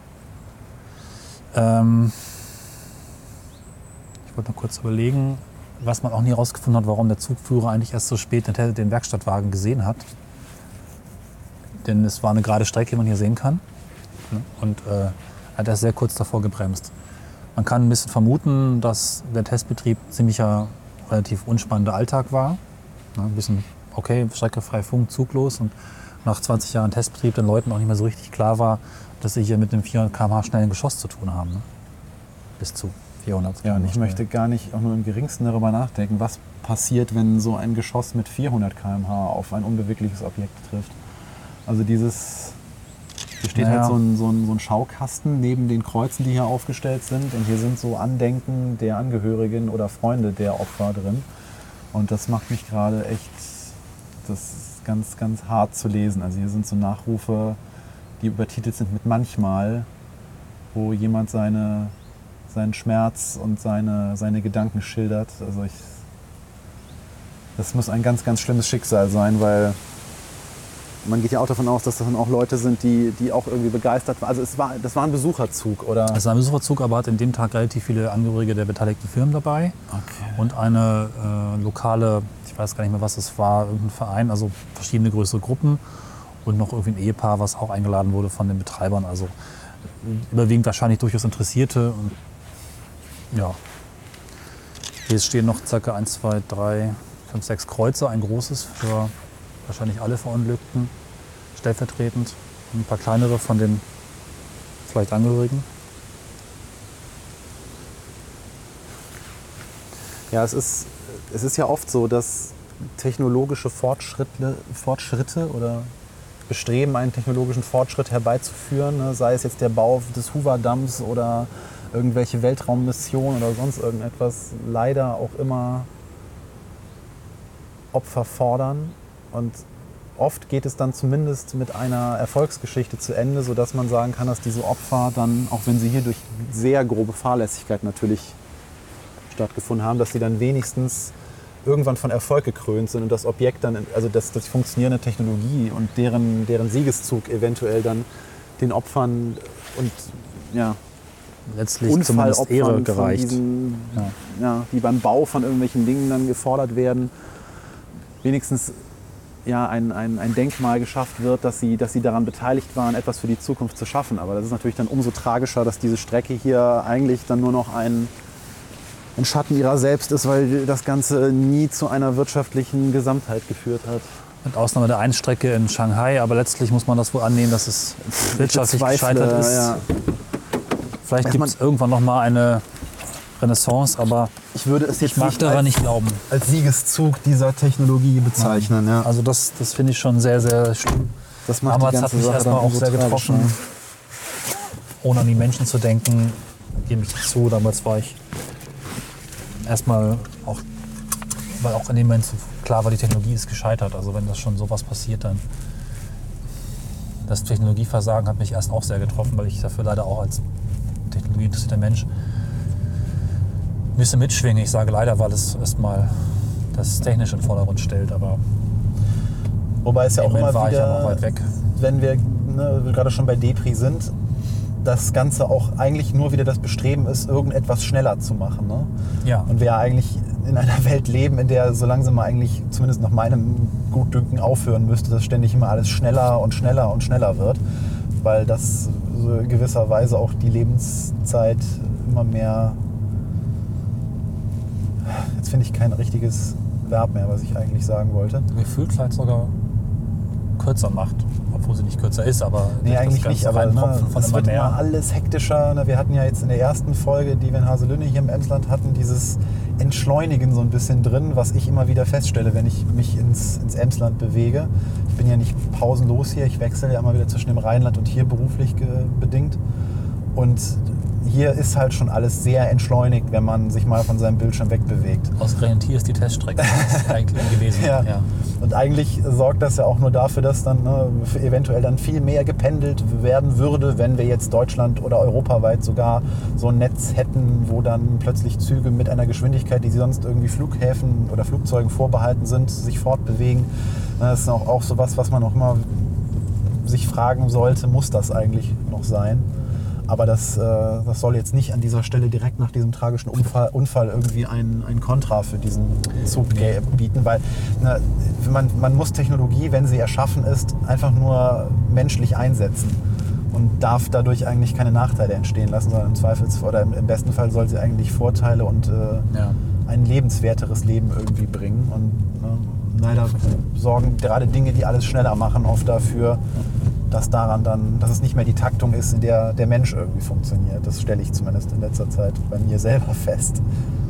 Ich wollte noch kurz überlegen, was man auch nie herausgefunden hat, warum der Zugführer eigentlich erst so spät den Werkstattwagen gesehen hat. Denn es war eine gerade Strecke, die man hier sehen kann. Und er hat erst sehr kurz davor gebremst. Man kann ein bisschen vermuten, dass der Testbetrieb ziemlicher relativ unspannender Alltag war. Ein bisschen, okay, Strecke frei, Funk, zuglos. Und nach 20 Jahren Testbetrieb den Leuten auch nicht mehr so richtig klar war, dass sie hier mit einem 400 km/h schnellen Geschoss zu tun haben. Ne? Bis zu 400 Ja, und ich schnell. möchte gar nicht auch nur im geringsten darüber nachdenken, was passiert, wenn so ein Geschoss mit 400 km/h auf ein unbewegliches Objekt trifft. Also hier steht Naja. halt so ein Schaukasten neben den Kreuzen, die hier aufgestellt sind. Und hier sind so Andenken der Angehörigen oder Freunde der Opfer drin. Und das macht mich gerade echt, das ist ganz, ganz hart zu lesen. Also hier sind so Nachrufe, die übertitelt sind mit manchmal, wo jemand seinen Schmerz und seine Gedanken schildert. Also das muss ein ganz, ganz schlimmes Schicksal sein, weil man geht ja auch davon aus, dass das dann auch Leute sind, die auch irgendwie begeistert waren. Also das war ein Besucherzug, oder? Es war ein Besucherzug, aber hat in dem Tag relativ viele Angehörige der beteiligten Firmen dabei. Okay. Und eine lokale, ich weiß gar nicht mehr, was es war, irgendein Verein, also verschiedene größere Gruppen und noch irgendwie ein Ehepaar, was auch eingeladen wurde von den Betreibern. Also überwiegend wahrscheinlich durchaus Interessierte. Und ja, hier stehen noch ca. 1, 2, 3, 5, 6 Kreuze, ein großes für wahrscheinlich alle Verunglückten, stellvertretend. Und ein paar kleinere von den vielleicht Angehörigen. Ja, es ist ja oft so, dass technologische Fortschritte oder Bestreben, einen technologischen Fortschritt herbeizuführen, ne, sei es jetzt der Bau des Hoover-Damms oder irgendwelche Weltraummissionen oder sonst irgendetwas, leider auch immer Opfer fordern. Und oft geht es dann zumindest mit einer Erfolgsgeschichte zu Ende, sodass man sagen kann, dass diese Opfer dann, auch wenn sie hier durch sehr grobe Fahrlässigkeit natürlich stattgefunden haben, dass sie dann wenigstens irgendwann von Erfolg gekrönt sind und das Objekt dann, also das funktionierende Technologie und deren Siegeszug eventuell dann den Opfern und ja, Letztlich zumindest Ehre gereicht. Die beim Bau von irgendwelchen Dingen dann gefordert werden, wenigstens ja, ein Denkmal geschafft wird, dass sie daran beteiligt waren, etwas für die Zukunft zu schaffen. Aber das ist natürlich dann umso tragischer, dass diese Strecke hier eigentlich dann nur noch ein Schatten ihrer selbst ist, weil das Ganze nie zu einer wirtschaftlichen Gesamtheit geführt hat. Mit Ausnahme der einen Strecke in Shanghai, aber letztlich muss man das wohl annehmen, dass es wirtschaftlich gescheitert ist. Ja. Vielleicht gibt es irgendwann noch mal eine Renaissance, aber ich würde es jetzt mag daran nicht glauben. Als Siegeszug dieser Technologie bezeichnen. Ja. Also das finde ich schon sehr, sehr schlimm. Das macht damals die ganze hat mich Sache erstmal dann auch sehr getroffen, ohne an die Menschen zu denken, gebe ich zu. Damals war ich erstmal auch, weil auch in dem Moment so klar war, die Technologie ist gescheitert. Also wenn das schon sowas passiert, dann das Technologieversagen hat mich erst auch sehr getroffen, weil ich dafür leider auch als technologieinteressierter Mensch ein bisschen mitschwinge. Ich sage leider, weil es erstmal das Technische in den Vordergrund stellt, aber wobei es ja auch immer war ich ja noch wieder, weit weg. wenn wir gerade schon bei Depri sind, das Ganze auch eigentlich nur wieder das Bestreben ist, irgendetwas schneller zu machen. Ne? Ja. Und wir eigentlich in einer Welt leben, in der so langsam mal eigentlich, zumindest nach meinem Gutdünken, aufhören müsste, dass ständig immer alles schneller und schneller und schneller wird, weil das so in gewisser Weise auch die Lebenszeit immer mehr, jetzt finde ich kein richtiges Verb mehr, was ich eigentlich sagen wollte. Gefühlt vielleicht sogar kürzer macht, obwohl sie nicht kürzer ist, aber nee, eigentlich nicht, aber es wird mehr. immer alles hektischer. Ne? Wir hatten ja jetzt in der ersten Folge, die wir in Haselünne hier im Emsland hatten, dieses Entschleunigen so ein bisschen drin, was ich immer wieder feststelle, wenn ich mich ins Emsland bewege. Ich bin ja nicht pausenlos hier, ich wechsle ja immer wieder zwischen dem Rheinland und hier beruflich bedingt. Und hier ist halt schon alles sehr entschleunigt, wenn man sich mal von seinem Bildschirm wegbewegt. Ausgerechnet hier ist die Teststrecke eigentlich gewesen. Ja. Und eigentlich sorgt das ja auch nur dafür, dass dann eventuell dann viel mehr gependelt werden würde, wenn wir jetzt Deutschland oder europaweit sogar so ein Netz hätten, wo dann plötzlich Züge mit einer Geschwindigkeit, die sonst irgendwie Flughäfen oder Flugzeugen vorbehalten sind, sich fortbewegen. Das ist auch sowas, was man auch immer sich fragen sollte, muss das eigentlich noch sein? Aber das soll jetzt nicht an dieser Stelle direkt nach diesem tragischen Unfall irgendwie ein Kontra für diesen Zug bieten, weil man muss Technologie, wenn sie erschaffen ist, einfach nur menschlich einsetzen und darf dadurch eigentlich keine Nachteile entstehen lassen, sondern im besten Fall soll sie eigentlich Vorteile und ein lebenswerteres Leben irgendwie bringen. Und leider sorgen gerade Dinge, die alles schneller machen, oft dafür, dass es nicht mehr die Taktung ist, in der der Mensch irgendwie funktioniert. Das stelle ich zumindest in letzter Zeit bei mir selber fest.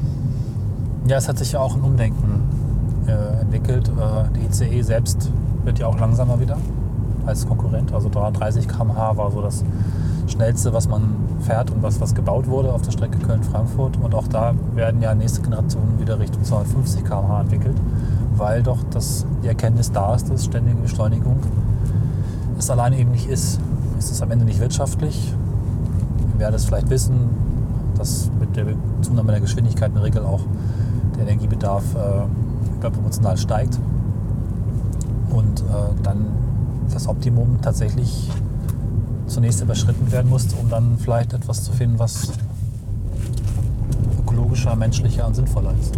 Ja, es hat sich ja auch ein Umdenken entwickelt. Die ICE selbst wird ja auch langsamer wieder als Konkurrent. Also 30 km/h war so das Schnellste, was man fährt und was gebaut wurde auf der Strecke Köln-Frankfurt. Und auch da werden ja nächste Generationen wieder Richtung 250 km/h entwickelt, weil doch die Erkenntnis da ist, dass ständige Beschleunigung es alleine eben nicht ist. Es ist am Ende nicht wirtschaftlich. Wir werden es vielleicht wissen, dass mit der Zunahme der Geschwindigkeit in der Regel auch der Energiebedarf überproportional steigt und dann das Optimum tatsächlich zunächst überschritten werden muss, um dann vielleicht etwas zu finden, was ökologischer, menschlicher und sinnvoller ist.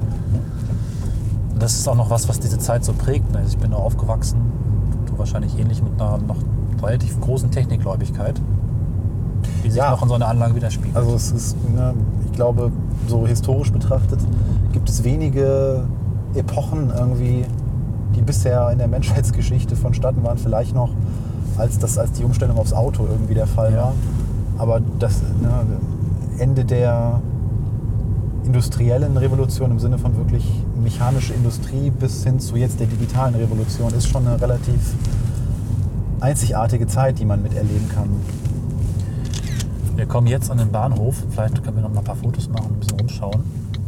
Und das ist auch noch was diese Zeit so prägt. Also ich bin auch aufgewachsen, wahrscheinlich ähnlich mit einer noch relativ großen Technikgläubigkeit. die sich noch in so einer Anlage widerspiegeln. Also es ist, ne, ich glaube, so historisch betrachtet gibt es wenige Epochen irgendwie, die bisher in der Menschheitsgeschichte vonstatten waren, vielleicht noch, als die Umstellung aufs Auto irgendwie der Fall war. Aber das Ende der industriellen Revolution im Sinne von wirklich mechanische Industrie bis hin zu jetzt der digitalen Revolution ist schon eine relativ einzigartige Zeit, die man miterleben kann. Wir kommen jetzt an den Bahnhof. Vielleicht können wir noch mal ein paar Fotos machen und ein bisschen rumschauen.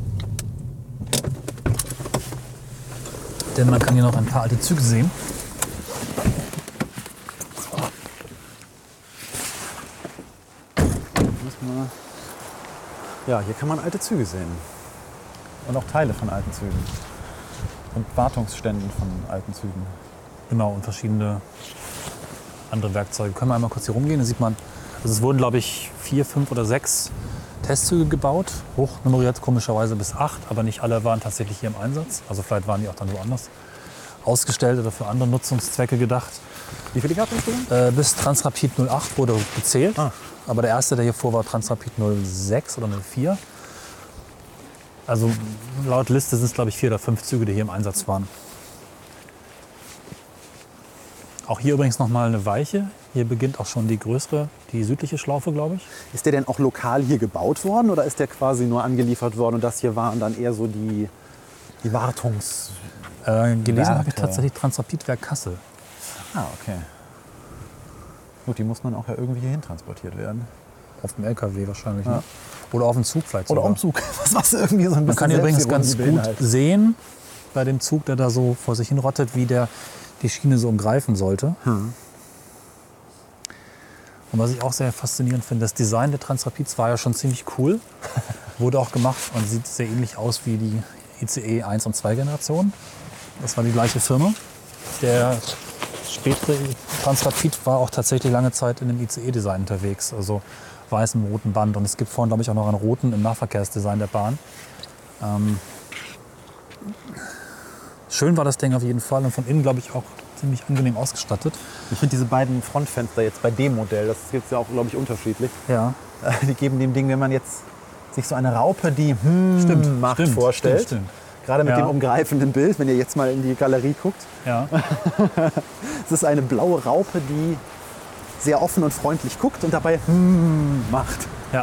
Denn man kann hier noch ein paar alte Züge sehen. Ja, hier kann man alte Züge sehen. Und auch Teile von alten Zügen. Und Wartungsständen von alten Zügen. Genau, und verschiedene andere Werkzeuge. Können wir einmal kurz hier rumgehen? Da sieht man, also es wurden, glaube ich, 4, 5 oder 6 Testzüge gebaut. Hochnummeriert komischerweise bis 8, aber nicht alle waren tatsächlich hier im Einsatz. Also vielleicht waren die auch dann woanders ausgestellt oder für andere Nutzungszwecke gedacht. Wie viele gab es? Bis Transrapid 08 wurde gezählt. Aber der erste, der hier vor war, Transrapid 06 oder 04. Also laut Liste sind es, glaube ich, 4 oder 5 Züge, die hier im Einsatz waren. Auch hier übrigens nochmal eine Weiche. Hier beginnt auch schon die größere, die südliche Schlaufe, glaube ich. Ist der denn auch lokal hier gebaut worden oder ist der quasi nur angeliefert worden und das hier waren dann eher so die Wartungs... Gelesen habe ich tatsächlich Transrapidwerk Kassel. Ah, okay. Gut, die muss man auch ja irgendwie hierhin transportiert werden. Auf dem LKW wahrscheinlich. Ne? Oder auf dem Zug vielleicht Oder sogar. am Zug. Was irgendwie so ein bisschen. Man kann übrigens ganz gut sehen, bei dem Zug, der da so vor sich hin rottet, wie der die Schiene so umgreifen sollte. Und was ich auch sehr faszinierend finde, das Design der Transrapids war ja schon ziemlich cool. Wurde auch gemacht und sieht sehr ähnlich aus wie die ICE 1 und 2 Generation. Das war die gleiche Firma. Der spätere Transrapid war auch tatsächlich lange Zeit in dem ICE-Design unterwegs. Also weißem, roten Band. Und es gibt vorhin, glaube ich, auch noch einen roten im Nahverkehrsdesign der Bahn. Schön war das Ding auf jeden Fall und von innen, glaube ich, auch ziemlich angenehm ausgestattet. Ich finde diese beiden Frontfenster jetzt bei dem Modell, das ist jetzt ja auch, glaube ich, unterschiedlich. Ja. Die geben dem Ding, wenn man jetzt sich so eine Raupe, die macht, vorstellt. Stimmt. Gerade mit Ja. dem umgreifenden Bild, wenn ihr jetzt mal in die Galerie guckt. Ja. Es ist eine blaue Raupe, die sehr offen und freundlich guckt und dabei macht. Ja.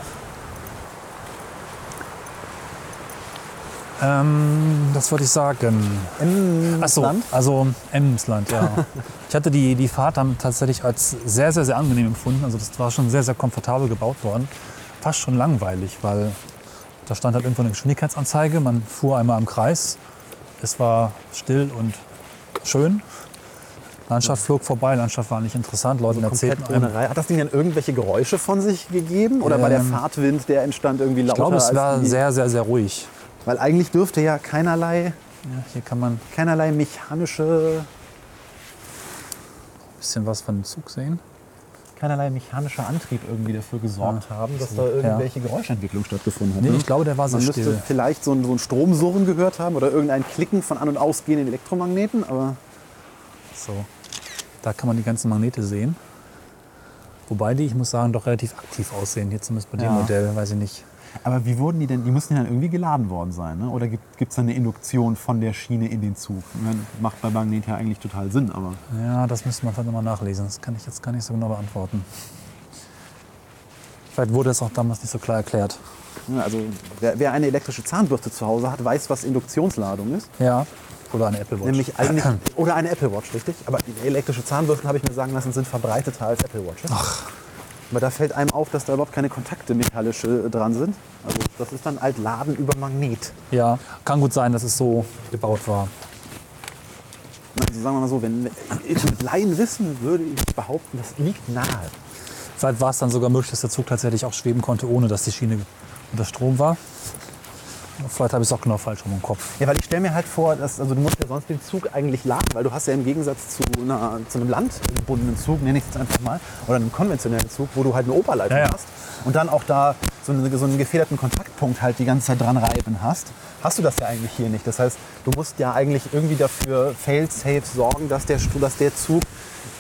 Das wollte ich sagen. Achso, Land? also Emsland, ja. Ich hatte die Fahrt dann tatsächlich als sehr, sehr, sehr angenehm empfunden. Also das war schon sehr, sehr komfortabel gebaut worden. Fast schon langweilig, weil da stand halt irgendwo eine Geschwindigkeitsanzeige. Man fuhr einmal im Kreis. Es war still und schön. Landschaft flog vorbei, Landschaft war nicht interessant. Leute erzählten Komplett ohne Reihe. Hat das Ding denn irgendwelche Geräusche von sich gegeben? Oder war der Fahrtwind, der entstand, irgendwie lauter? Ich glaube, es war als sehr, sehr, sehr ruhig. Weil eigentlich dürfte ja keinerlei Ja, hier kann man mechanischer Antrieb irgendwie dafür gesorgt haben, dass da irgendwelche Geräuschentwicklung stattgefunden hat. Nee, ne? ich glaube, der war sehr Man müsste still. vielleicht so ein Stromsurren gehört haben oder irgendein Klicken von an- und ausgehenden Elektromagneten, aber So, da kann man die ganzen Magnete sehen. Wobei die, ich muss sagen, doch relativ aktiv aussehen. Hier zumindest bei dem Modell, weiß ich nicht. Aber wie wurden die denn? Die müssen ja dann irgendwie geladen worden sein, ne? Oder gibt es da eine Induktion von der Schiene in den Zug? Ich meine, macht bei Magnet ja eigentlich total Sinn, aber... Ja, das müsste man vielleicht nochmal nachlesen. Das kann ich jetzt gar nicht so genau beantworten. Vielleicht wurde es auch damals nicht so klar erklärt. Ja, also wer eine elektrische Zahnbürste zu Hause hat, weiß, was Induktionsladung ist. Ja, oder eine Apple Watch. Nämlich eigentlich, oder eine Apple Watch, richtig? Aber elektrische Zahnbürsten, habe ich mir sagen lassen, sind verbreiteter als Apple Watches. Ach. Aber da fällt einem auf, dass da überhaupt keine Kontakte metallische dran sind. Also das ist dann halt Laden über Magnet. Ja, kann gut sein, dass es so gebaut war. Also sagen wir mal so, wenn ich mit Laien wissen, würde ich behaupten, das liegt nahe. Vielleicht war es dann sogar möglich, dass der Zug tatsächlich auch schweben konnte, ohne dass die Schiene unter Strom war. Vielleicht habe ich es auch genau falsch rum im Kopf. Ja, weil ich stelle mir halt vor, dass, also du musst ja sonst den Zug eigentlich laden, weil du hast ja im Gegensatz zu einem landgebundenen Zug, nenne ich es jetzt einfach mal, oder einem konventionellen Zug, wo du halt eine Oberleitung hast und dann auch da so einen gefederten Kontaktpunkt halt die ganze Zeit dran reiben hast du das ja eigentlich hier nicht. Das heißt, du musst ja eigentlich irgendwie dafür fail-safe sorgen, dass der Zug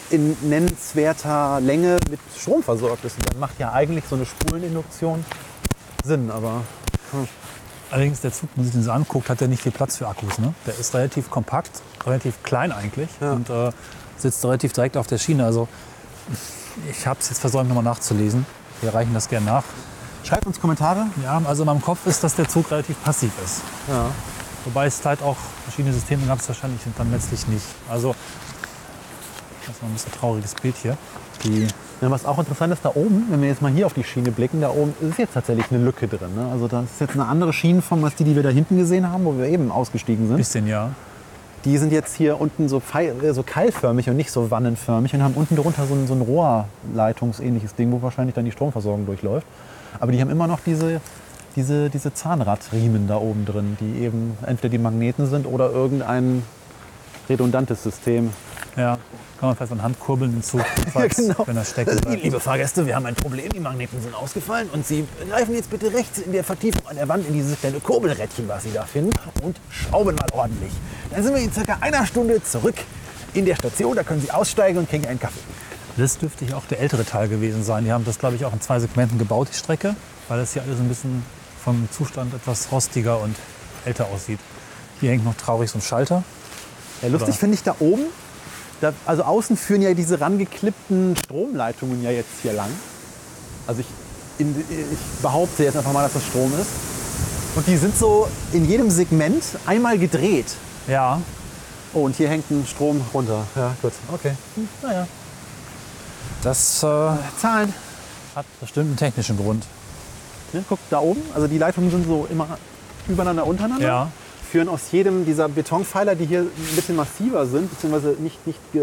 in nennenswerter Länge mit Strom versorgt ist. Und dann macht ja eigentlich so eine Spuleninduktion Sinn, aber Allerdings, der Zug, wenn man sich den so anguckt, hat der nicht viel Platz für Akkus. Ne? Der ist relativ kompakt, relativ klein eigentlich und sitzt relativ direkt auf der Schiene. Also ich habe es jetzt versäumt, nochmal nachzulesen. Wir reichen das gerne nach. schreibt uns Kommentare. Ja, also in meinem Kopf ist, dass der Zug relativ passiv ist. Ja. Wobei es halt auch verschiedene Systeme gab es wahrscheinlich und dann letztlich nicht. Also das ist noch ein bisschen trauriges Bild hier. Ja, was auch interessant ist, da oben, wenn wir jetzt mal hier auf die Schiene blicken, da oben ist jetzt tatsächlich eine Lücke drin. Ne? Also das ist jetzt eine andere Schienenform als die wir da hinten gesehen haben, wo wir eben ausgestiegen sind. Bisschen, ja. Die sind jetzt hier unten so keilförmig und nicht so wannenförmig und haben unten drunter so ein Rohrleitungsähnliches Ding, wo wahrscheinlich dann die Stromversorgung durchläuft. Aber die haben immer noch diese Zahnradriemen da oben drin, die eben entweder die Magneten sind oder irgendein redundantes System. Ja, kann man fest an Hand kurbeln den Zug, wenn er stecken bleibt. Liebe Fahrgäste, wir haben ein Problem. Die Magneten sind ausgefallen und Sie greifen jetzt bitte rechts in der Vertiefung an der Wand in dieses kleine Kurbelrädchen, was Sie da finden, und schrauben mal ordentlich. Dann sind wir in circa einer Stunde zurück in der Station. Da können Sie aussteigen und kriegen einen Kaffee. Das dürfte ja auch der ältere Teil gewesen sein. Die haben das, glaube ich, auch in 2 Segmenten gebaut, die Strecke, weil das hier alles ein bisschen vom Zustand etwas rostiger und älter aussieht. Hier hängt noch traurig so ein Schalter. Ja, lustig finde ich da oben. Also außen führen ja diese rangeklippten Stromleitungen ja jetzt hier lang. Also ich behaupte jetzt einfach mal, dass das Strom ist. Und die sind so in jedem Segment einmal gedreht. Ja, Oh, und hier hängt ein Strom runter. Ja, gut. Okay. Naja. das Zahlen. hat bestimmt einen technischen Grund. Ja, guck, da oben. Also die Leitungen sind so immer übereinander, untereinander. Ja. Führen aus jedem dieser Betonpfeiler, die hier ein bisschen massiver sind, beziehungsweise nicht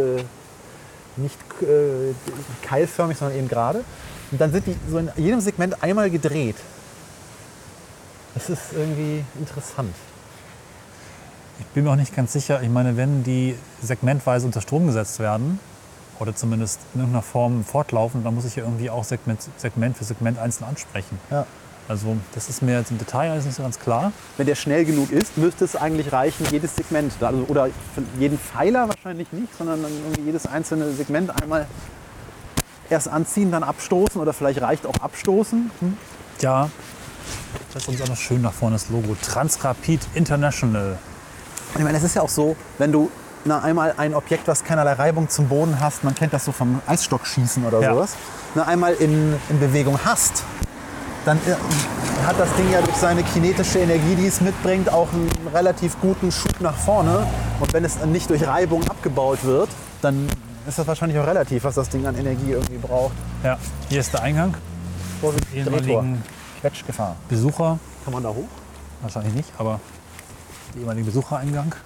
keilförmig, sondern eben gerade. Und dann sind die so in jedem Segment einmal gedreht. Das ist irgendwie interessant. Ich bin mir auch nicht ganz sicher. Ich meine, wenn die segmentweise unter Strom gesetzt werden, oder zumindest in irgendeiner Form fortlaufen, dann muss ich ja irgendwie auch Segment für Segment einzeln ansprechen. Ja. Also das ist mir jetzt im Detail alles nicht so ganz klar. Wenn der schnell genug ist, müsste es eigentlich reichen, jedes Segment, also, oder jeden Pfeiler wahrscheinlich nicht, sondern dann irgendwie jedes einzelne Segment einmal erst anziehen, dann abstoßen oder vielleicht reicht auch abstoßen. Ja, das ist uns auch noch schön nach vorne das Logo. Transrapid International. Ich meine, es ist ja auch so, wenn du einmal ein Objekt, was keinerlei Reibung zum Boden hast, man kennt das so vom Eisstockschießen oder Ja. sowas, einmal in Bewegung hast, dann hat das Ding ja durch seine kinetische Energie, die es mitbringt, auch einen relativ guten Schub nach vorne. Und wenn es nicht durch Reibung abgebaut wird, dann ist das wahrscheinlich auch relativ, was das Ding an Energie irgendwie braucht. Ja, hier ist der Eingang. Vorsicht, Drehtor. Ehemaligen Quetschgefahr. Besucher, Kann man da hoch? wahrscheinlich nicht, aber der ehemalige Besuchereingang.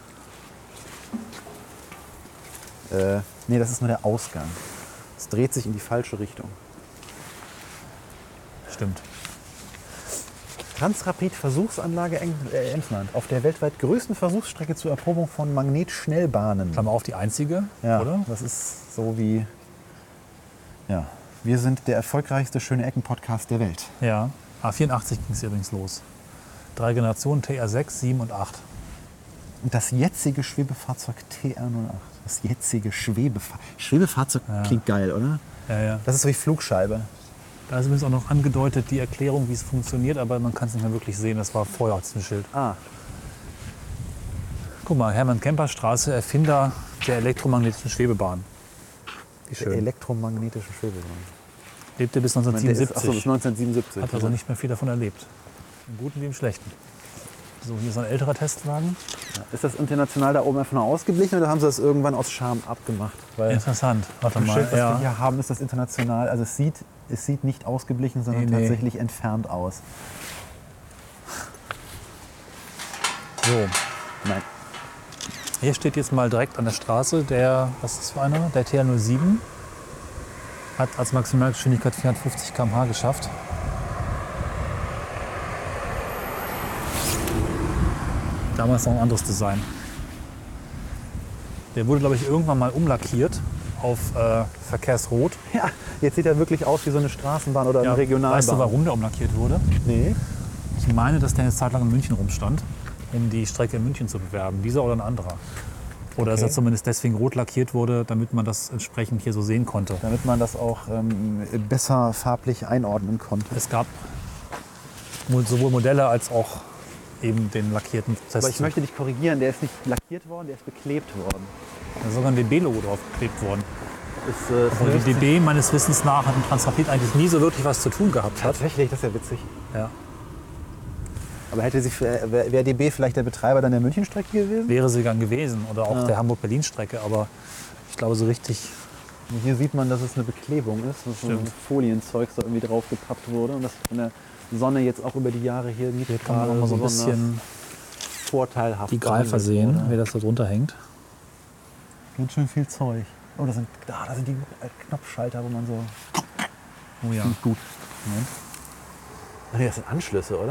Nee, das ist nur der Ausgang. Es dreht sich in die falsche Richtung. Stimmt. Transrapid Versuchsanlage Emsland. Auf der weltweit größten Versuchsstrecke zur Erprobung von Magnetschnellbahnen. Klammer auf, die einzige, Ja, oder? das ist so wie... Ja, wir sind der erfolgreichste Schöne-Ecken-Podcast der Welt. Ja. A84 ging es übrigens los. 3 Generationen, TR6, 7 und 8. Und das jetzige Schwebefahrzeug TR08. Das jetzige Schwebefahrzeug klingt geil, oder? Ja, ja. Das ist so wie Flugscheibe. Da ist übrigens auch noch angedeutet die Erklärung, wie es funktioniert, aber man kann es nicht mehr wirklich sehen. Das war vorher auf diesem Schild. Ah, Guck mal, Hermann-Kemper-Straße, Erfinder der elektromagnetischen Schwebebahn. Wie der schön. elektromagnetische Schwebebahn. Lebte bis Achso, bis 1977. 1977. Hat also nicht mehr viel davon erlebt. Im Guten wie im Schlechten. So, hier ist ein älterer Testwagen. Ist das international da oben einfach nur ausgeblichen oder haben sie das irgendwann aus Scham abgemacht? Weil Interessant. Warte das mal. Schild, was wir Ja. hier haben, ist das international. Also es sieht nicht ausgeblichen, sondern Nee. tatsächlich entfernt aus. So, Nein. hier steht jetzt mal direkt an der Straße der, was ist das für einer? Der TR07. Hat als Maximalgeschwindigkeit 450 km/h geschafft. Damals noch ein anderes Design. Der wurde, glaube ich, irgendwann mal umlackiert auf Verkehrsrot. Ja, jetzt sieht er wirklich aus wie so eine Straßenbahn oder eine Regionalbahn. Weißt du, warum der umlackiert wurde? Nee. Ich meine, dass der eine Zeit lang in München rumstand, um die Strecke in München zu bewerben. Dieser oder ein anderer. Oder dass Okay. er zumindest deswegen rot lackiert wurde, damit man das entsprechend hier so sehen konnte. Damit man das auch besser farblich einordnen konnte. Es gab sowohl Modelle als auch eben den lackierten Prozess. Aber ich möchte dich korrigieren, der ist nicht lackiert worden, der ist beklebt worden. Da ist sogar ein DB-Logo drauf geklebt worden. Ist, Obwohl die DB meines Wissens nach mit dem Transrapid eigentlich nie so wirklich was zu tun gehabt hat. tatsächlich, das ist ja witzig. Ja. Aber wäre DB vielleicht der Betreiber dann der Münchenstrecke gewesen? Wäre sie gern gewesen oder auch der Hamburg-Berlin-Strecke, aber ich glaube so richtig. Hier sieht man, dass es eine Beklebung ist, dass so ein Stimmt. Folienzeug so irgendwie drauf gepappt wurde und das von der Sonne jetzt auch über die Jahre hier nicht Hier kann man gerade noch mal so ein besonders bisschen vorteilhaft die Greifer sehen, behandelt wie wurde. das da drunter hängt. Ganz schön viel Zeug. Oh, da sind die Knopfschalter, wo man so... Oh ja. Gut. Moment. Ach nee, das sind Anschlüsse, oder?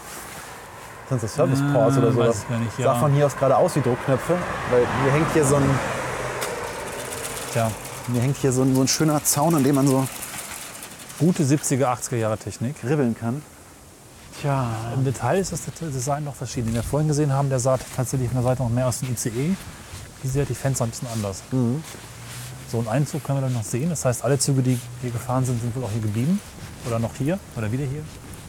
Sind das Service-Ports oder so? weiß ich gar nicht, Sah ja. von hier aus gerade aus wie Druckknöpfe, weil hier hängt hier so ein... Tja, Hier hängt hier so ein schöner Zaun, an dem man so gute 70er, 80er Jahre Technik. ribbeln kann. Tja, Im Detail ist das Design noch verschieden. Den wir vorhin gesehen haben, der sah tatsächlich von der Seite noch mehr aus dem ICE. Hier hat die Fenster ein bisschen anders. So einen Einzug können wir dann noch sehen. Das heißt, alle Züge, die hier gefahren sind, sind wohl auch hier geblieben. Oder noch hier. Oder wieder hier.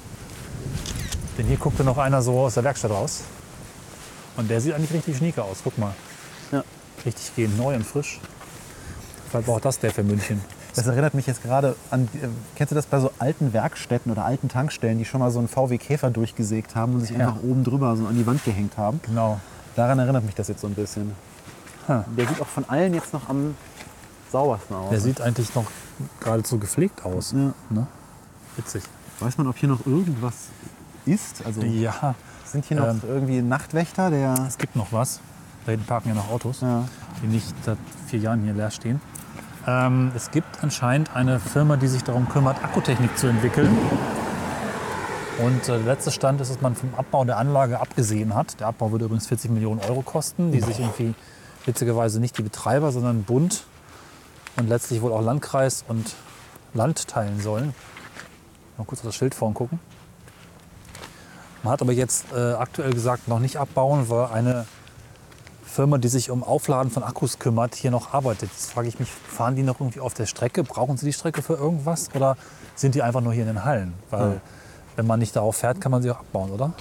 Denn hier guckte noch einer so aus der Werkstatt raus. Und der sieht eigentlich richtig schnieke aus. Guck mal. Ja. Richtig gehend neu und frisch. Vielleicht war auch das der für München. das erinnert mich jetzt gerade an, kennst du das bei so alten Werkstätten oder alten Tankstellen, die schon mal so einen VW Käfer durchgesägt haben und sich Ja. einfach oben drüber so an die Wand gehängt haben? Genau. Daran erinnert mich das jetzt so ein bisschen. Der sieht auch von allen jetzt noch am saubersten aus. Der sieht eigentlich noch geradezu gepflegt aus. Ja. Ne? Witzig. Weiß man, ob hier noch irgendwas ist? Also Ja, sind hier noch irgendwie Nachtwächter, der... es gibt noch was. Da hinten parken ja noch Autos, Ja. die nicht seit 4 Jahren hier leer stehen. Es gibt anscheinend eine Firma, die sich darum kümmert, Akkutechnik zu entwickeln. Und der letzte Stand ist, dass man vom Abbau der Anlage abgesehen hat. Der Abbau würde übrigens 40 Millionen Euro kosten, die sich irgendwie witzigerweise nicht die Betreiber, sondern Bund und letztlich wohl auch Landkreis und Land teilen sollen. Mal kurz auf das Schild vorn gucken. Man hat aber jetzt aktuell gesagt, noch nicht abbauen, weil eine Firma, die sich um Aufladen von Akkus kümmert, hier noch arbeitet. Jetzt frage ich mich, fahren die noch irgendwie auf der Strecke? Brauchen sie die Strecke für irgendwas? Oder sind die einfach nur hier in den Hallen? Weil wenn man nicht darauf fährt, kann man sie auch abbauen, oder?